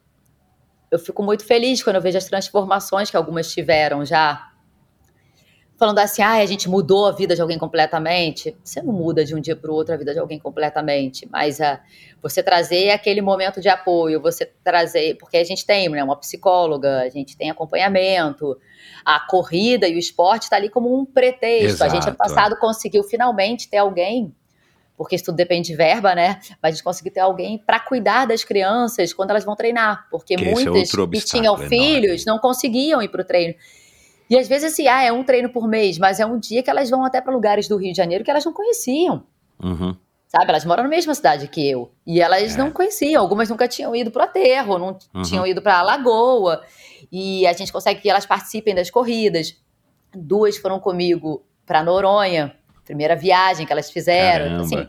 eu fico muito feliz quando eu vejo as transformações que algumas tiveram já. falando assim, a gente mudou a vida de alguém completamente. Você não muda de um dia para o outro a vida de alguém completamente, mas você trazer aquele momento de apoio, você trazer, porque a gente tem, né, uma psicóloga, a gente tem acompanhamento, a corrida e o esporte está ali como um pretexto. Exato, a gente ano passado conseguiu finalmente ter alguém, porque isso tudo depende de verba, né? Mas a gente conseguiu ter alguém para cuidar das crianças quando elas vão treinar, porque muitas que tinham filhos não conseguiam ir para o treino. E às vezes assim, é um treino por mês, mas é um dia que elas vão até para lugares do Rio de Janeiro que elas não conheciam. Uhum. Sabe, elas moram na mesma cidade que eu. E elas não conheciam, algumas nunca tinham ido para o aterro, não tinham ido para a lagoa. E a gente consegue que elas participem das corridas. 2 foram comigo para Noronha, primeira viagem que elas fizeram. Então, assim,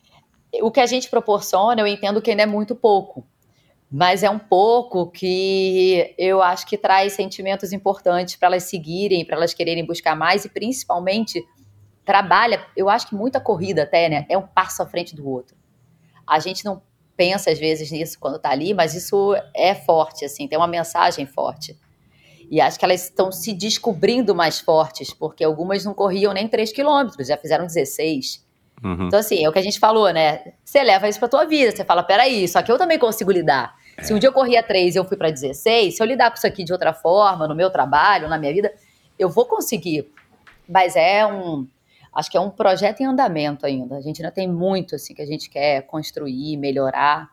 o que a gente proporciona, eu entendo que ainda é muito pouco. Mas é um pouco que eu acho que traz sentimentos importantes para elas seguirem, para elas quererem buscar mais e principalmente trabalha, eu acho que muita corrida até, né, é um passo à frente do outro. A gente não pensa às vezes nisso quando tá ali, mas isso é forte, assim, tem uma mensagem forte. E acho que elas estão se descobrindo mais fortes, porque algumas não corriam nem 3 quilômetros, já fizeram 16. Então, assim, é o que a gente falou, né? Você leva isso pra tua vida, você fala, peraí, só que eu também consigo lidar. Se um dia eu corria 3 e eu fui pra 16, se eu lidar com isso aqui de outra forma, no meu trabalho, na minha vida, eu vou conseguir. Mas acho que é um projeto em andamento ainda. A gente ainda tem muito, assim, que a gente quer construir, melhorar.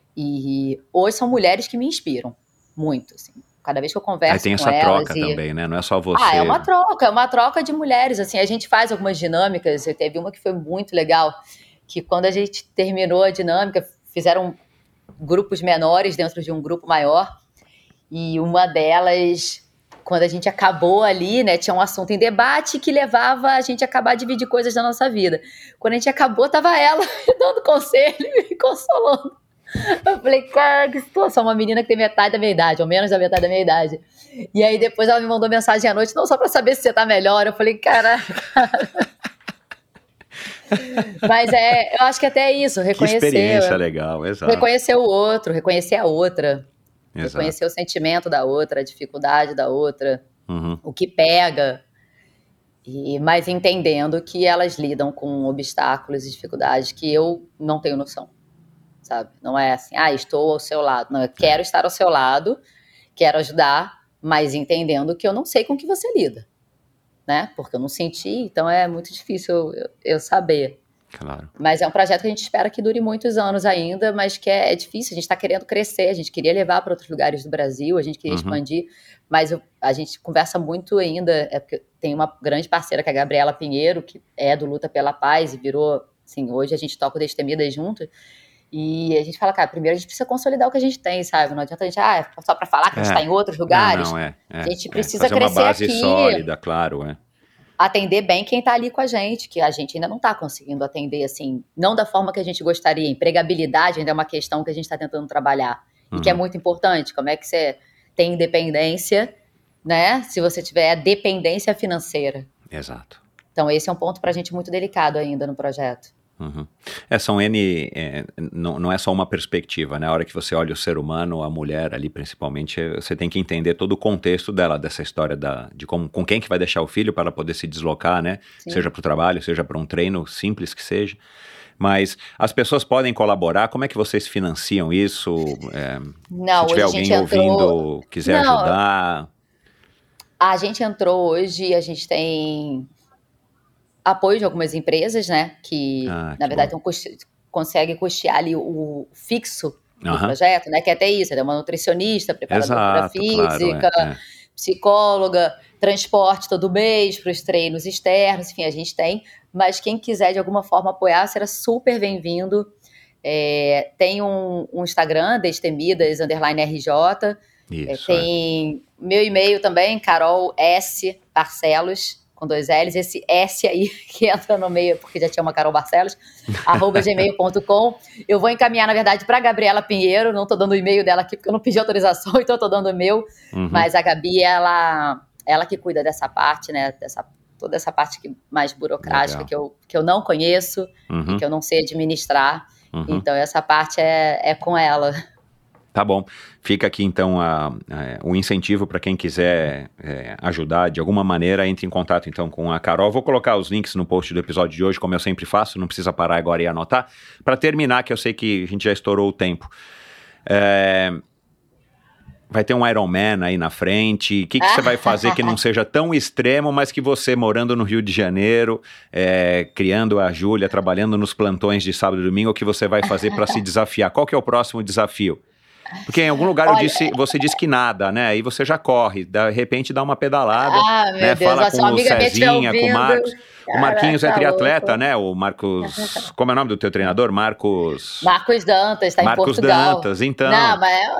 E hoje são mulheres que me inspiram muito, assim. Cada vez que eu converso com elas... Aí tem essa troca também, né? Não é só você... é uma troca de mulheres, assim. A gente faz algumas dinâmicas, teve uma que foi muito legal, que quando a gente terminou a dinâmica, fizeram grupos menores dentro de um grupo maior, e uma delas, quando a gente acabou ali, né, tinha um assunto em debate que levava a gente a acabar de dividir coisas da nossa vida. Quando a gente acabou, tava ela dando conselho e me consolando. Eu falei, cara, que situação, uma menina que tem metade da minha idade, ou menos da metade da minha idade. E aí depois ela me mandou mensagem à noite, não só pra saber se você tá melhor. Eu falei, caraca. Mas eu acho que até isso, reconhecer. Que experiência legal, exato. Reconhecer o outro, reconhecer a outra. Exato. Reconhecer o sentimento da outra, a dificuldade da outra, o que pega. Mas entendendo que elas lidam com obstáculos e dificuldades que eu não tenho noção. Sabe? Não é assim, estou ao seu lado. Não, eu quero estar ao seu lado, quero ajudar, mas entendendo que eu não sei com que você lida, né? Porque eu não senti, então é muito difícil eu saber. Claro. Mas é um projeto que a gente espera que dure muitos anos ainda, mas que é difícil, a gente está querendo crescer, a gente queria levar para outros lugares do Brasil, a gente queria expandir, mas a gente conversa muito ainda, porque tem uma grande parceira que é a Gabriela Pinheiro, que é do Luta pela Paz e virou, assim, hoje a gente toca o Destemidas juntos. E a gente fala, cara, primeiro a gente precisa consolidar o que a gente tem, sabe? Não adianta a gente, só para falar que a gente está em outros lugares. A gente precisa fazer crescer uma base aqui. Sólida, claro, Atender bem quem está ali com a gente, que a gente ainda não está conseguindo atender, assim, não da forma que a gente gostaria. Empregabilidade ainda é uma questão que a gente está tentando trabalhar. E que é muito importante. Como é que você tem independência, né? Se você tiver dependência financeira. Exato. Então esse é um ponto para a gente muito delicado ainda no projeto. São não é só uma perspectiva, né? A hora que você olha o ser humano, a mulher ali principalmente, você tem que entender todo o contexto dela, dessa história de com quem que vai deixar o filho para ela poder se deslocar, né? Sim. Seja para o trabalho, seja para um treino, simples que seja. Mas as pessoas podem colaborar, como é que vocês financiam isso? Não, se tiver alguém ouvindo, quiser ajudar... A gente entrou hoje, a gente tem... apoio de algumas empresas, né, que na verdade conseguem custear ali o fixo do projeto, né, que é até isso, é uma nutricionista, preparadora física, psicóloga, transporte todo mês para os treinos externos, enfim, a gente tem, mas quem quiser de alguma forma apoiar, será super bem-vindo. Tem um Instagram, Destemidas_RJ, tem meu e-mail também, Carol S. Barcelos, com 2 L's, esse S aí que entra no meio, porque já tinha uma Carol Barcelos, @gmail.com. Eu vou encaminhar, na verdade, para a Gabriela Pinheiro, não estou dando o e-mail dela aqui, porque eu não pedi autorização, então estou dando o meu, mas a Gabi, ela que cuida dessa parte, né, toda essa parte mais burocrática que eu não conheço e que eu não sei administrar, então essa parte é com ela. Tá bom. Fica aqui, então, o incentivo para quem quiser ajudar de alguma maneira, entre em contato, então, com a Carol. Vou colocar os links no post do episódio de hoje, como eu sempre faço, não precisa parar agora e anotar. Para terminar, que eu sei que a gente já estourou o tempo. Vai ter um Ironman aí na frente. O que você vai fazer que não seja tão extremo, mas que você, morando no Rio de Janeiro, criando a Júlia, trabalhando nos plantões de sábado e domingo, o que você vai fazer para se desafiar? Qual que é o próximo desafio? Porque em algum lugar você disse que nada, né? Aí você já corre, de repente dá uma pedalada, né? Deus, fala com o Cezinha, com o Marcos. O Marquinhos é triatleta, né? O Marcos... Como é o nome do teu treinador? Marcos Dantas, tá em Portugal. Marcos Dantas, então... Não,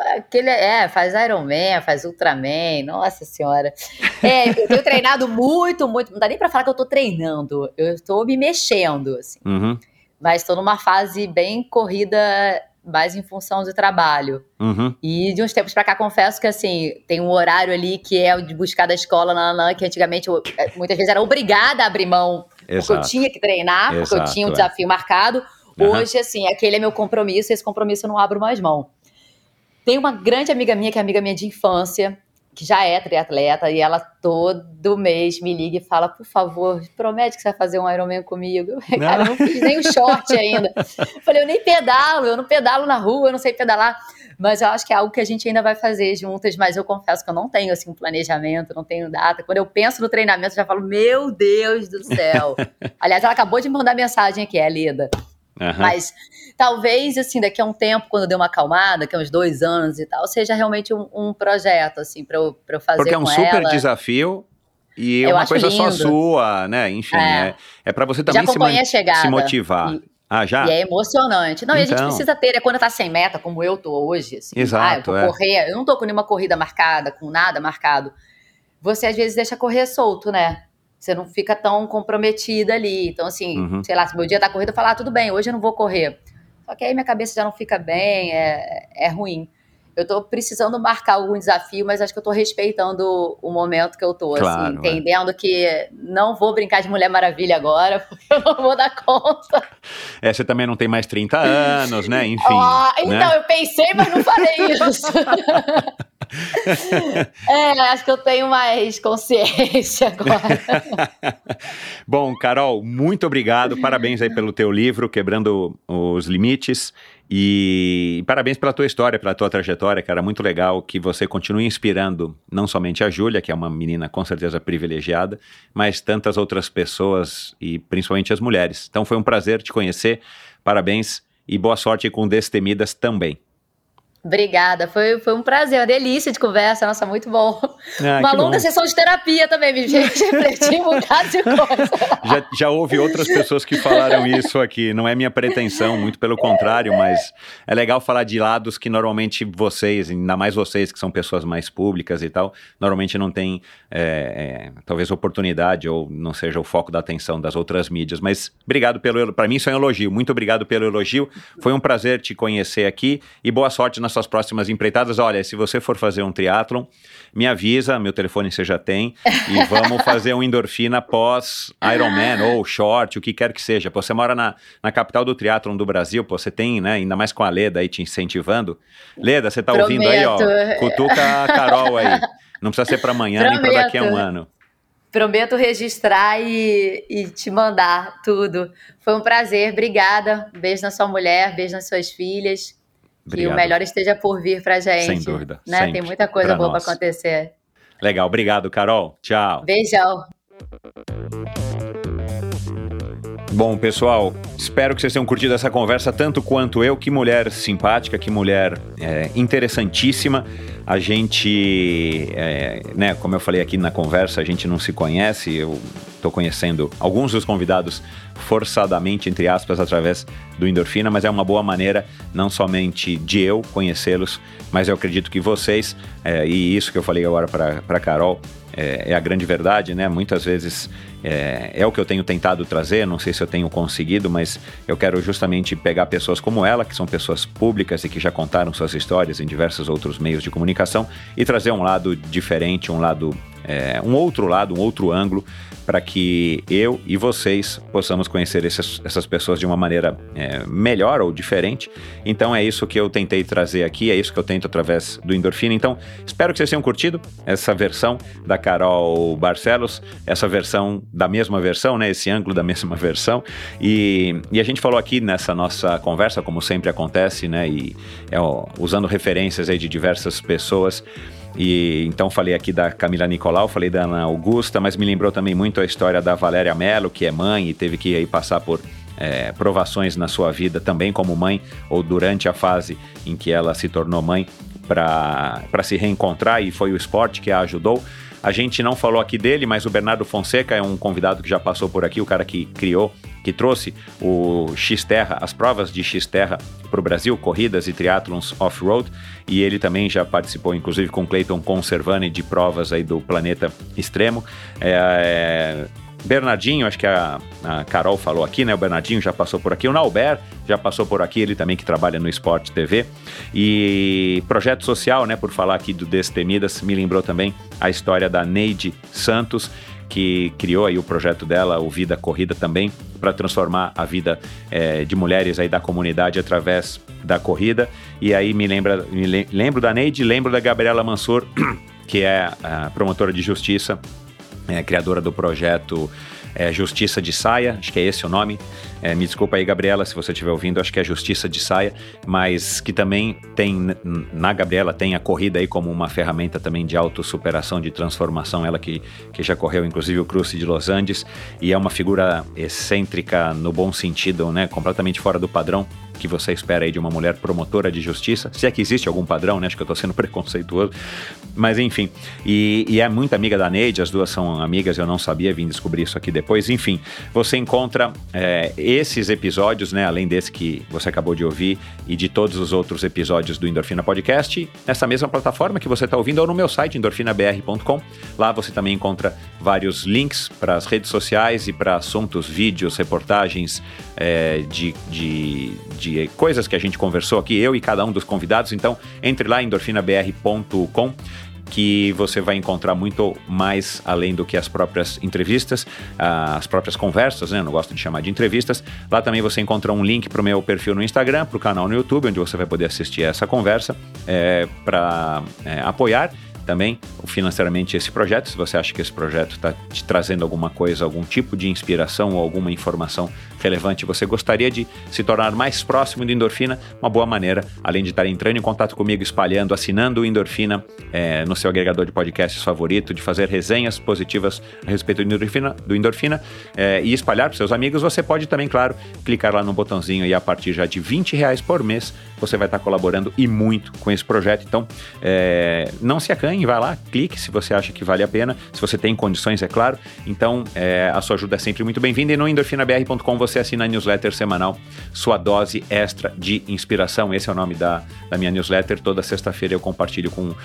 mas faz Ironman, faz Ultraman, nossa senhora. Eu tenho treinado muito, não dá nem pra falar que eu tô treinando, eu tô me mexendo, assim. Uhum. Mas tô numa fase bem corrida, mais em função de trabalho. Uhum. E de uns tempos pra cá, confesso que, assim, tem um horário ali que é o de buscar da escola, que antigamente eu, muitas vezes era obrigada a abrir mão, porque eu tinha que treinar, porque eu tinha um desafio marcado. Hoje, assim, aquele é meu compromisso, esse compromisso eu não abro mais mão. Tem uma grande amiga minha, que é amiga minha de infância, que já é triatleta, e ela todo mês me liga e fala, por favor, promete que você vai fazer um Ironman comigo. Cara, eu não fiz nem o short ainda. Falei, eu não pedalo na rua, eu não sei pedalar. Mas eu acho que é algo que a gente ainda vai fazer juntas, mas eu confesso que eu não tenho, assim, um planejamento, não tenho data. Quando eu penso no treinamento, eu já falo, meu Deus do céu. Aliás, ela acabou de me mandar mensagem aqui, Lida. Uhum. Mas talvez, assim, daqui a um tempo, quando deu uma acalmada, daqui a uns 2 anos e tal, seja realmente um projeto, assim, pra eu fazer. Porque é um super desafio e é uma coisa lindo. Só sua, né? Enfim, é pra você também se motivar. Já? E é emocionante. Não, e a gente precisa ter, quando tá sem meta, como eu tô hoje, assim, exato, eu vou correr, eu não tô com nenhuma corrida marcada, com nada marcado. Você, às vezes, deixa correr solto, né? Você não fica tão comprometida ali. Então, assim, sei lá, se meu dia tá corrido, eu falo, tudo bem, hoje eu não vou correr. Só que aí minha cabeça já não fica bem, é ruim. Eu tô precisando marcar algum desafio, mas acho que eu tô respeitando o momento que eu tô, claro, assim, entendendo que não vou brincar de Mulher Maravilha agora, porque eu não vou dar conta. Você também não tem mais 30 anos, né? Enfim. Então, eu pensei, mas não falei isso. Acho que eu tenho mais consciência agora. Bom, Carol, muito obrigado. Parabéns aí pelo teu livro, Quebrando os Limites. E parabéns pela tua história, pela tua trajetória, cara. Muito legal que você continue inspirando não somente a Júlia, que é uma menina com certeza privilegiada, mas tantas outras pessoas e principalmente as mulheres. Então foi um prazer te conhecer. Parabéns e boa sorte com Destemidas também. Obrigada, foi um prazer, uma delícia de conversa, nossa, muito bom. Uma longa sessão de terapia também, me fez refletir um bocado de coisa. Já houve outras pessoas que falaram isso aqui, não é minha pretensão, muito pelo contrário, mas é legal falar de lados que normalmente vocês, ainda mais vocês que são pessoas mais públicas e tal, normalmente não tem talvez oportunidade ou não seja o foco da atenção das outras mídias, mas obrigado para mim isso é um elogio, muito obrigado pelo elogio, foi um prazer te conhecer aqui e boa sorte nas suas próximas empreitadas. Olha, se você for fazer um triatlon, me avisa, meu telefone você já tem, e vamos fazer um endorfina pós Ironman ou short, o que quer que seja. Pô, você mora na capital do triatlon do Brasil, pô, você tem, né, ainda mais com a Leda aí te incentivando. Leda, você tá ouvindo aí, ó, cutuca a Carol aí. Não precisa ser para amanhã, nem para daqui a um ano. Prometo registrar e te mandar tudo. Foi um prazer, obrigada. Beijo na sua mulher, beijo nas suas filhas. Obrigado. Que o melhor esteja por vir pra gente. Sem dúvida. Né? Tem muita coisa boa pra acontecer. Legal, obrigado, Carol. Tchau. Beijão. Bom, pessoal, espero que vocês tenham curtido essa conversa tanto quanto eu. Que mulher simpática, que mulher interessantíssima. A gente, né, como eu falei aqui na conversa, a gente não se conhece. Eu estou conhecendo alguns dos convidados forçadamente, entre aspas, através do Endorfina, mas é uma boa maneira não somente de eu conhecê-los, mas eu acredito que vocês, e isso que eu falei agora para Carol, é a grande verdade, né? Muitas vezes é o que eu tenho tentado trazer, não sei se eu tenho conseguido, mas eu quero justamente pegar pessoas como ela, que são pessoas públicas e que já contaram suas histórias em diversos outros meios de comunicação, e trazer um lado diferente, um outro lado, um outro ângulo, para que eu e vocês possamos conhecer essas pessoas de uma maneira melhor ou diferente. Então é isso que eu tentei trazer aqui, é isso que eu tento através do Endorfina. Então espero que vocês tenham curtido essa versão da Carol Barcelos, essa versão da mesma versão, né? Esse ângulo da mesma versão. E a gente falou aqui nessa nossa conversa, como sempre acontece, né? E usando referências aí de diversas pessoas. E então falei aqui da Camila Nicolau, falei da Ana Augusta, mas me lembrou também muito a história da Valéria Mello, que é mãe e teve que aí passar por provações na sua vida também como mãe, ou durante a fase em que ela se tornou mãe, para se reencontrar, e foi o esporte que a ajudou. A gente não falou aqui dele, mas o Bernardo Fonseca é um convidado que já passou por aqui, o cara que trouxe o X-Terra, as provas de X-Terra para o Brasil, corridas e triatlons off-road, e ele também já participou, inclusive com Clayton Conservani, de provas aí do Planeta Extremo. Bernardinho, acho que a Carol falou aqui, né? O Bernardinho já passou por aqui, o Nauber já passou por aqui, ele também que trabalha no Sport TV. E projeto social, né? Por falar aqui do Destemidas, me lembrou também a história da Neide Santos, que criou aí o projeto dela, o Vida Corrida também, para transformar a vida de mulheres aí da comunidade através da corrida. E aí lembro da Neide, lembro da Gabriela Mansur, que é a promotora de justiça, criadora do projeto Justiça de Saia, acho que é esse o nome. Me desculpa aí, Gabriela, se você estiver ouvindo, acho que é Justiça de Saia, mas que também tem, na Gabriela, tem a corrida aí como uma ferramenta também de autossuperação, de transformação, ela que já correu, inclusive, o Cruze de Los Andes, e é uma figura excêntrica no bom sentido, né, completamente fora do padrão que você espera aí de uma mulher promotora de justiça, se é que existe algum padrão, né, acho que eu tô sendo preconceituoso, mas enfim, e é muito amiga da Neide, as duas são amigas, eu não sabia, vim descobrir isso aqui depois. Enfim, você encontra esses episódios, né, além desse que você acabou de ouvir e de todos os outros episódios do Endorfina Podcast, nessa mesma plataforma que você está ouvindo, ou no meu site, endorfinabr.com. Lá você também encontra vários links para as redes sociais e para assuntos, vídeos, reportagens de coisas que a gente conversou aqui, eu e cada um dos convidados. Então, entre lá, endorfinabr.com, que você vai encontrar muito mais além do que as próprias entrevistas, as próprias conversas, né? Eu não gosto de chamar de entrevistas. Lá também você encontra um link para o meu perfil no Instagram, para o canal no YouTube, onde você vai poder assistir essa conversa, para apoiar também financeiramente esse projeto. Se você acha que esse projeto está te trazendo alguma coisa, algum tipo de inspiração ou alguma informação relevante, você gostaria de se tornar mais próximo do Endorfina, uma boa maneira, além de estar entrando em contato comigo, espalhando, assinando o Endorfina no seu agregador de podcasts favorito, de fazer resenhas positivas a respeito do Endorfina e espalhar para seus amigos, você pode também, claro, clicar lá no botãozinho e a partir já de R$20 por mês você vai estar colaborando e muito com esse projeto. Então, não se acanhe, vai lá, clique se você acha que vale a pena, se você tem condições, é claro. Então, a sua ajuda é sempre muito bem-vinda, e no endorfinabr.com você assina a newsletter semanal, sua dose extra de inspiração. Esse é o nome da minha newsletter. Toda sexta-feira eu compartilho com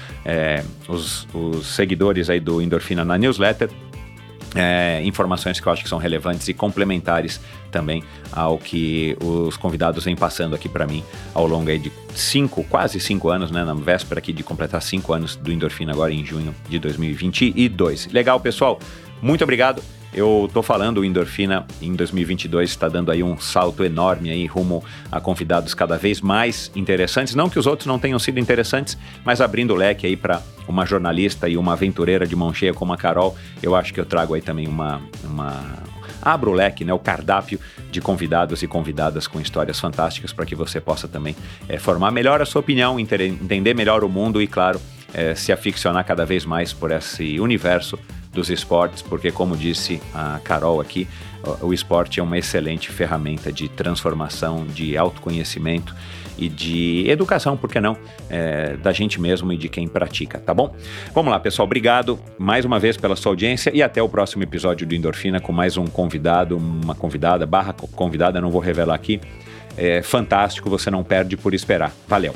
os seguidores aí do Endorfina na newsletter informações que eu acho que são relevantes e complementares também ao que os convidados vêm passando aqui para mim ao longo aí de quase 5 anos, né, na véspera aqui de completar 5 anos do Endorfina, agora em junho de 2022. Legal, pessoal, muito obrigado. Eu tô falando, o Endorfina em 2022 está dando aí um salto enorme aí rumo a convidados cada vez mais interessantes, não que os outros não tenham sido interessantes, mas abrindo o leque aí para uma jornalista e uma aventureira de mão cheia como a Carol. Eu acho que eu trago aí também abro o leque, né, o cardápio de convidados e convidadas com histórias fantásticas para que você possa também formar melhor a sua opinião, entender melhor o mundo e, claro, se aficionar cada vez mais por esse universo dos esportes, porque, como disse a Carol aqui, o esporte é uma excelente ferramenta de transformação, de autoconhecimento e de educação, por que não, da gente mesmo e de quem pratica, tá bom? Vamos lá, pessoal, obrigado mais uma vez pela sua audiência e até o próximo episódio do Endorfina com mais um convidado, uma convidada, convidada, não vou revelar aqui, fantástico, você não perde por esperar. Valeu!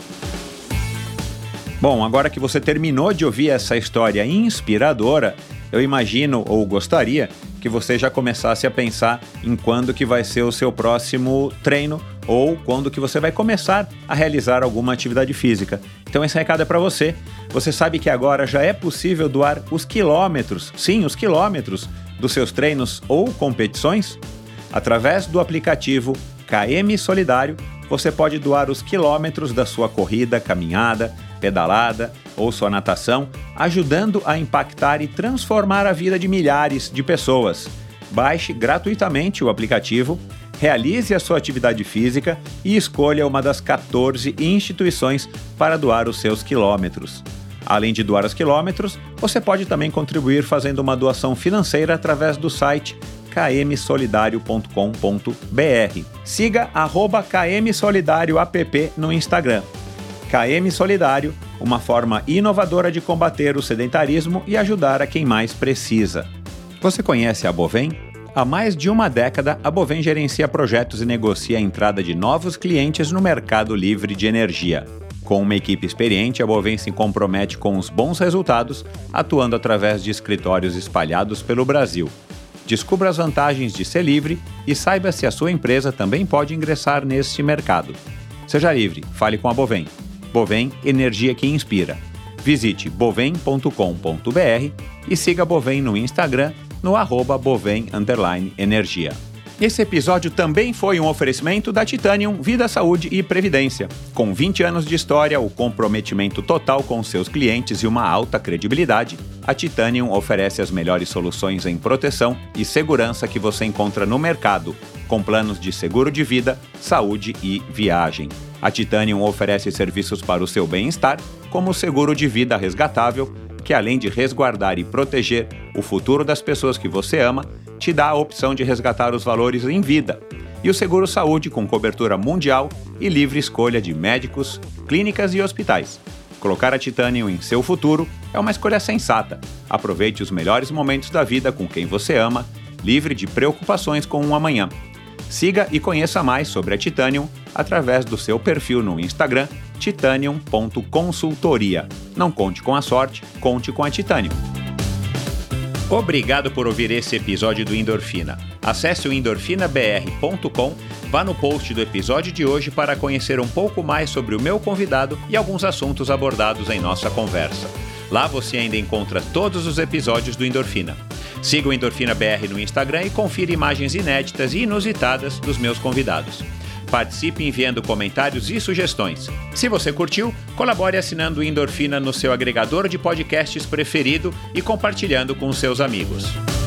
Bom, agora que você terminou de ouvir essa história inspiradora, eu imagino ou gostaria que você já começasse a pensar em quando que vai ser o seu próximo treino ou quando que você vai começar a realizar alguma atividade física. Então esse recado é para você. Você sabe que agora já é possível doar os quilômetros, sim, os quilômetros dos seus treinos ou competições? Através do aplicativo KM Solidário, você pode doar os quilômetros da sua corrida, caminhada, pedalada ou sua natação, ajudando a impactar e transformar a vida de milhares de pessoas. Baixe gratuitamente o aplicativo, realize a sua atividade física e escolha uma das 14 instituições para doar os seus quilômetros. Além de doar os quilômetros, você pode também contribuir fazendo uma doação financeira através do site kmsolidario.com.br. Siga @kmsolidárioapp no Instagram. KM Solidário, uma forma inovadora de combater o sedentarismo e ajudar a quem mais precisa. Você conhece a Bovem? Há mais de uma década, a Bovem gerencia projetos e negocia a entrada de novos clientes no mercado livre de energia. Com uma equipe experiente, a Bovem se compromete com os bons resultados, atuando através de escritórios espalhados pelo Brasil. Descubra as vantagens de ser livre e saiba se a sua empresa também pode ingressar neste mercado. Seja livre, fale com a Bovem. Bovem, energia que inspira. Visite bovem.com.br e siga a Bovem no Instagram no @bovem_energia. Esse episódio também foi um oferecimento da Titanium Vida, Saúde e Previdência. Com 20 anos de história, o comprometimento total com seus clientes e uma alta credibilidade, a Titanium oferece as melhores soluções em proteção e segurança que você encontra no mercado, com planos de seguro de vida, saúde e viagem. A Titanium oferece serviços para o seu bem-estar, como o seguro de vida resgatável, que além de resguardar e proteger o futuro das pessoas que você ama, te dá a opção de resgatar os valores em vida. E o seguro saúde com cobertura mundial e livre escolha de médicos, clínicas e hospitais. Colocar a Titanium em seu futuro é uma escolha sensata. Aproveite os melhores momentos da vida com quem você ama, livre de preocupações com o amanhã. Siga e conheça mais sobre a Titanium através do seu perfil no Instagram, titanium.consultoria. Não conte com a sorte, conte com a Titanium. Obrigado por ouvir esse episódio do Endorfina. Acesse o endorfinabr.com, vá no post do episódio de hoje para conhecer um pouco mais sobre o meu convidado e alguns assuntos abordados em nossa conversa. Lá você ainda encontra todos os episódios do Endorfina. Siga o Endorfina BR no Instagram e confira imagens inéditas e inusitadas dos meus convidados. Participe enviando comentários e sugestões. Se você curtiu, colabore assinando o Endorfina no seu agregador de podcasts preferido e compartilhando com seus amigos.